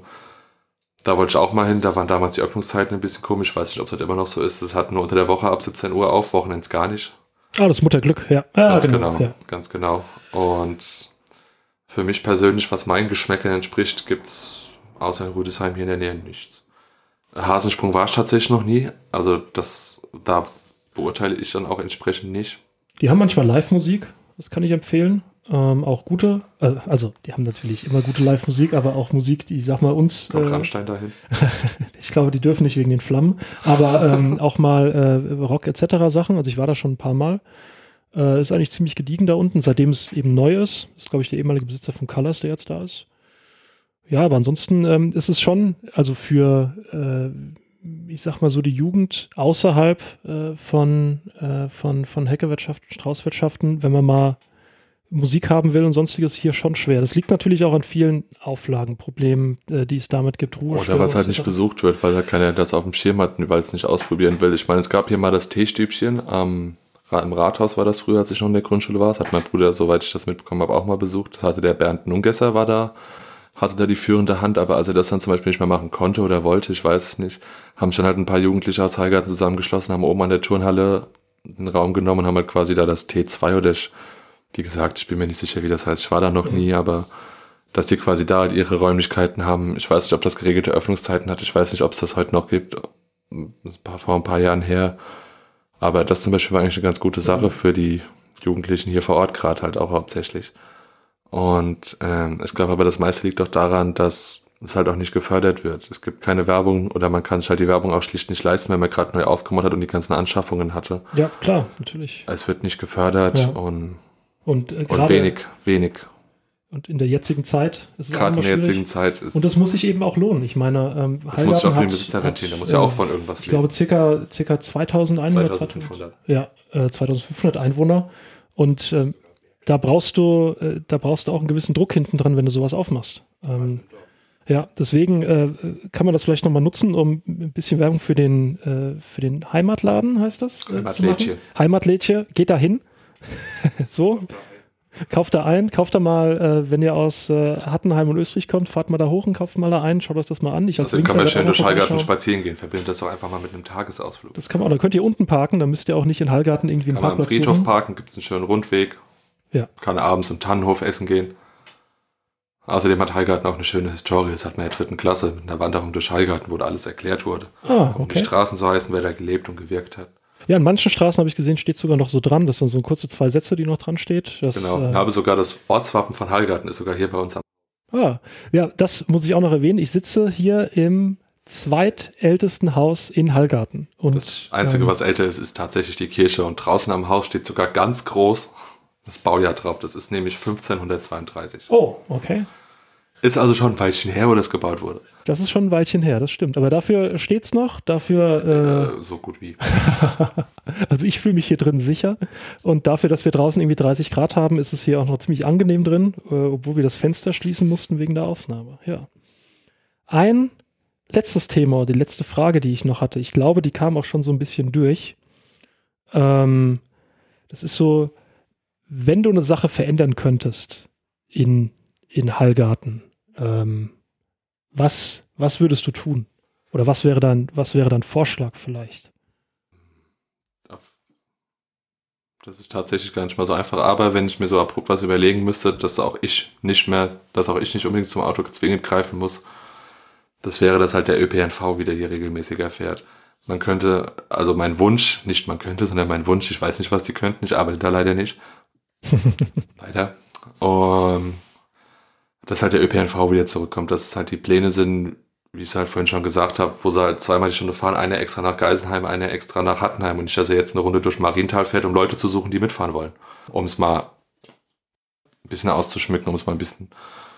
Da wollte ich auch mal hin. Da waren damals die Öffnungszeiten ein bisschen komisch. Ich weiß nicht, ob es halt immer noch so ist. Das hat nur unter der Woche ab siebzehn Uhr auf, Wochenends gar nicht. Ah, das Mutterglück, ja. ja ganz genau, genau, ja. ganz genau. Und für mich persönlich, was meinen Geschmäckern entspricht, gibt es außer in Rüdesheim hier in der Nähe nichts. Hasensprung war ich tatsächlich noch nie. Also das, da beurteile ich dann auch entsprechend nicht. Die haben manchmal Live-Musik, das kann ich empfehlen. Ähm, auch gute, äh, also die haben natürlich immer gute Live-Musik, aber auch Musik, die, ich sag mal, uns... Kommt äh, Rammstein dahin? Ich glaube, die dürfen nicht wegen den Flammen, aber ähm, auch mal äh, Rock et cetera Sachen. Also ich war da schon ein paar Mal. Äh, ist eigentlich ziemlich gediegen da unten, seitdem es eben neu ist. Das ist, glaube ich, der ehemalige Besitzer von Colors, der jetzt da ist. Ja, aber ansonsten ähm, ist es schon, also für, äh, ich sag mal so, die Jugend außerhalb äh, von, äh, von, von Heckerwirtschaften, Straußwirtschaften, wenn man mal Musik haben will und sonstiges, hier schon schwer. Das liegt natürlich auch an vielen Auflagenproblemen, äh, die es damit gibt. Oder weil es halt nicht besucht wird, weil da keiner das auf dem Schirm hat, weil es nicht ausprobieren will. Ich meine, es gab hier mal das Teestübchen, ähm, im Rathaus war das früher, als ich noch in der Grundschule war. Das hat mein Bruder, soweit ich das mitbekommen habe, auch mal besucht. Das hatte der Bernd Nungesser, war da. Hatte da die führende Hand, aber als er das dann zum Beispiel nicht mehr machen konnte oder wollte, ich weiß es nicht, haben schon halt ein paar Jugendliche aus Heilgarten zusammengeschlossen, haben oben an der Turnhalle einen Raum genommen und haben halt quasi da das T zwei oder ich, wie gesagt, ich bin mir nicht sicher, wie das heißt, ich war da noch nie, aber dass die quasi da halt ihre Räumlichkeiten haben. Ich weiß nicht, ob das geregelte Öffnungszeiten hat, ich weiß nicht, ob es das heute noch gibt, vor ein paar Jahren her, aber das zum Beispiel war eigentlich eine ganz gute Sache für die Jugendlichen hier vor Ort gerade halt auch hauptsächlich. Und ähm, ich glaube aber, das meiste liegt auch daran, dass es halt auch nicht gefördert wird. Es gibt keine Werbung oder man kann sich halt die Werbung auch schlicht nicht leisten, wenn man gerade neu aufgemacht hat und die ganzen Anschaffungen hatte. Ja, klar, natürlich. Es wird nicht gefördert ja. und, und, äh, und wenig, wenig. Und in der jetzigen Zeit ist es gerade in der schwierig. jetzigen Zeit ist und das muss sich eben auch lohnen. Ich meine, ähm, das muss sich auch für den Besitzer rentieren. Der muss ja auch von irgendwas ich leben. Ich glaube, circa, circa zweitausendeinhundert, zweitausendfünfhundert. Ja, äh, zweitausendfünfhundert Einwohner und ähm, Da brauchst du, äh, da brauchst du auch einen gewissen Druck hinten dran, wenn du sowas aufmachst. Ähm, ja, deswegen äh, kann man das vielleicht nochmal nutzen, um ein bisschen Werbung für den, äh, für den Heimatladen, heißt das? Äh, Heimatlädchen. Heimatlädchen, geht da hin. So, kauft da ein, kauft da mal, äh, wenn ihr aus äh, Hattenheim und Österreich kommt, fahrt mal da hoch und kauft mal da ein, schaut euch das mal an. Ich also kann man schnell durch Heilgarten spazieren gehen, verbindet das doch einfach mal mit einem Tagesausflug. Das kann man auch, da könnt ihr unten parken, dann müsst ihr auch nicht in Heilgarten irgendwie einen kann Parkplatz suchen. Kann man am Friedhof suchen. parken, gibt es einen schönen Rundweg. Ja. Kann abends im Tannenhof essen gehen. Außerdem hat Heilgarten auch eine schöne Historie. Das hat man in der dritten Klasse mit einer Wanderung durch Heilgarten, wo da alles erklärt wurde. Ah, okay. Und die Straßen so heißen, wer da gelebt und gewirkt hat. Ja, in manchen Straßen habe ich gesehen, steht sogar noch so dran. Das sind so kurze zwei Sätze, die noch dran steht. Das, genau. Äh, ich habe sogar das Ortswappen von Heilgarten ist sogar hier bei uns am Ah, ja, das muss ich auch noch erwähnen. Ich sitze hier im zweitältesten Haus in Hallgarten. Und, das Einzige, ähm, was älter ist, ist tatsächlich die Kirche. Und draußen am Haus steht sogar ganz groß das Baujahr drauf. Das ist nämlich fünfzehnhundertzweiunddreißig. Oh, okay. Ist also schon ein Weilchen her, wo das gebaut wurde. Das ist schon ein Weilchen her, das stimmt. Aber dafür steht's noch, dafür... Äh, äh, so gut wie. Also ich fühle mich hier drin sicher. Und dafür, dass wir draußen irgendwie dreißig Grad haben, ist es hier auch noch ziemlich angenehm drin, äh, obwohl wir das Fenster schließen mussten wegen der Ausnahme. Ja. Ein letztes Thema, die letzte Frage, die ich noch hatte. Ich glaube, die kam auch schon so ein bisschen durch. Ähm, das ist so, wenn du eine Sache verändern könntest in, in Hallgarten, ähm, was, was würdest du tun? Oder was wäre dein, was wäre dein Vorschlag vielleicht? Das ist tatsächlich gar nicht mal so einfach, aber wenn ich mir so abrupt was überlegen müsste, dass auch ich nicht mehr, dass auch ich nicht unbedingt zum Auto zwingend greifen muss, das wäre, dass halt der Ö P N V wieder hier regelmäßiger fährt. Man könnte, also mein Wunsch, nicht man könnte, sondern mein Wunsch, ich weiß nicht, was die könnten, ich arbeite da leider nicht. Leider. Um, dass halt der Ö P N V wieder zurückkommt, dass es halt die Pläne sind, wie ich es halt vorhin schon gesagt habe, wo sie halt zweimal die Stunde fahren, eine extra nach Geisenheim, eine extra nach Hattenheim und nicht, dass er jetzt eine Runde durch Marienthal fährt, um Leute zu suchen, die mitfahren wollen. Um es mal ein bisschen auszuschmücken, um es mal ein bisschen...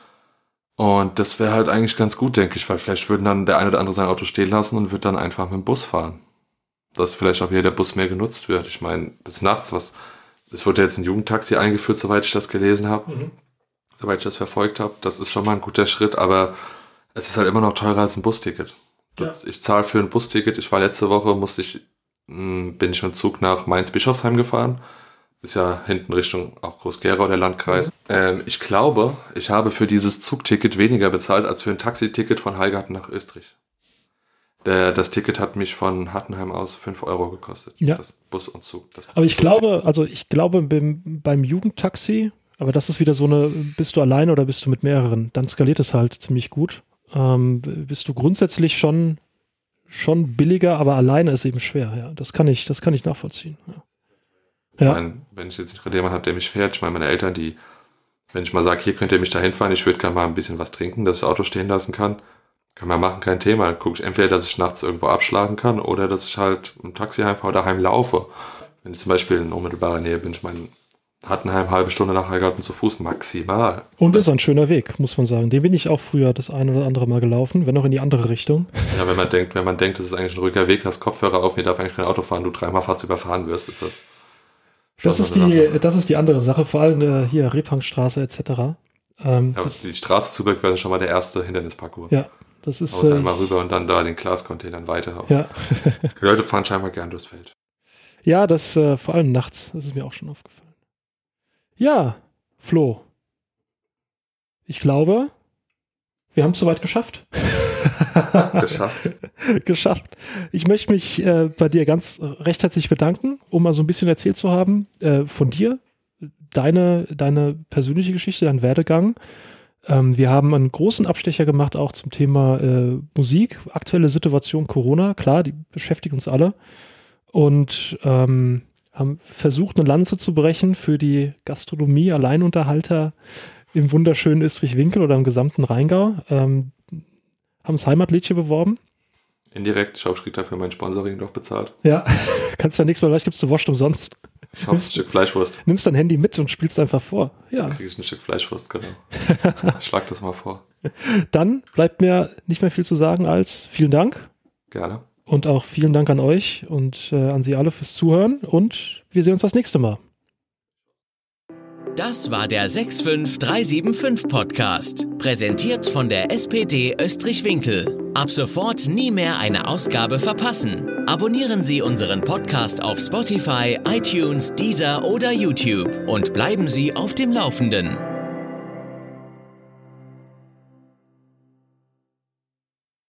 Und das wäre halt eigentlich ganz gut, denke ich, weil vielleicht würden dann der eine oder andere sein Auto stehen lassen und wird dann einfach mit dem Bus fahren. Dass vielleicht auch wieder der Bus mehr genutzt wird. Ich meine, bis nachts, was, es wird ja jetzt ein Jugendtaxi eingeführt, soweit ich das gelesen habe, mhm. soweit ich das verfolgt habe. Das ist schon mal ein guter Schritt, aber es ist halt immer noch teurer als ein Busticket. Ja. Ich zahle für ein Busticket, ich war letzte Woche, musste ich, mh, bin ich mit dem Zug nach Mainz-Bischofsheim gefahren. Ist ja hinten Richtung auch Groß-Gerau, der Landkreis. Mhm. Ähm, ich glaube, ich habe für dieses Zugticket weniger bezahlt als für ein Taxiticket von Hallgarten nach Österreich. Der, das Ticket hat mich von Hattenheim aus fünf Euro gekostet. Ja. Das Bus und Zug. Das aber ich glaube, also ich glaube beim, beim Jugendtaxi, aber das ist wieder so eine, bist du alleine oder bist du mit mehreren? Dann skaliert es halt ziemlich gut. Ähm, bist du grundsätzlich schon, schon billiger, aber alleine ist eben schwer. Ja, das kann ich, das kann ich nachvollziehen. Ja. Ja. Ich meine, wenn ich jetzt nicht gerade jemanden habe, der mich fährt, ich meine, meine Eltern, die, wenn ich mal sage, hier könnt ihr mich da hinfahren, ich würde gerne mal ein bisschen was trinken, dass ich das Auto stehen lassen kann, kann man machen, kein Thema. Dann gucke ich entweder, dass ich nachts irgendwo abschlagen kann oder dass ich halt im Taxi heimfahre oder heim laufe. Wenn ich zum Beispiel in unmittelbarer Nähe bin, ich meine, Hattenheim, halbe Stunde nach Hallgarten zu Fuß, maximal. Und ist ein schöner Weg, muss man sagen. Den bin ich auch früher das ein oder andere Mal gelaufen, wenn auch in die andere Richtung. Ja, wenn man denkt, wenn man denkt, das ist eigentlich ein ruhiger Weg, hast Kopfhörer auf, mir darf eigentlich kein Auto fahren, du dreimal fast überfahren wirst, ist das... Das ist, die, das ist die andere Sache, vor allem äh, hier Repangstraße et cetera. Ähm, ja, die Straße zu Berg wäre schon mal der erste Hindernisparcours. Ja, das ist... Außer äh, einmal rüber und dann da den Glascontainern weiter. Ja. Die Leute fahren scheinbar gern durchs Feld. Ja, das äh, vor allem nachts, das ist mir auch schon aufgefallen. Ja, Flo. Ich glaube, wir haben es soweit geschafft. Geschafft. Geschafft. Ich möchte mich äh, bei dir ganz recht herzlich bedanken, um mal so ein bisschen erzählt zu haben äh, von dir, deine, deine persönliche Geschichte, dein Werdegang. Ähm, wir haben einen großen Abstecher gemacht auch zum Thema äh, Musik, aktuelle Situation Corona, klar, die beschäftigt uns alle. Und ähm, haben versucht, eine Lanze zu brechen für die Gastronomie, Alleinunterhalter im wunderschönen Österreich-Winkel oder im gesamten Rheingau. Ähm, haben das Heimatliedchen beworben. Indirekt, ich krieg dafür mein Sponsoring doch bezahlt. Ja, kannst ja nichts mehr, vielleicht gibst du Wurst umsonst. Ich hoffe, ein Stück Fleischwurst. Nimmst dein Handy mit und spielst einfach vor. Ja. Dann krieg ich ein Stück Fleischwurst, genau. Schlag das mal vor. Dann bleibt mir nicht mehr viel zu sagen als vielen Dank. Gerne. Und auch vielen Dank an euch und äh, an Sie alle fürs Zuhören und wir sehen uns das nächste Mal. Das war der sechs fünf drei sieben fünf Podcast, präsentiert von der S P D Österreich-Winkel. Ab sofort nie mehr eine Ausgabe verpassen. Abonnieren Sie unseren Podcast auf Spotify, iTunes, Deezer oder YouTube und bleiben Sie auf dem Laufenden.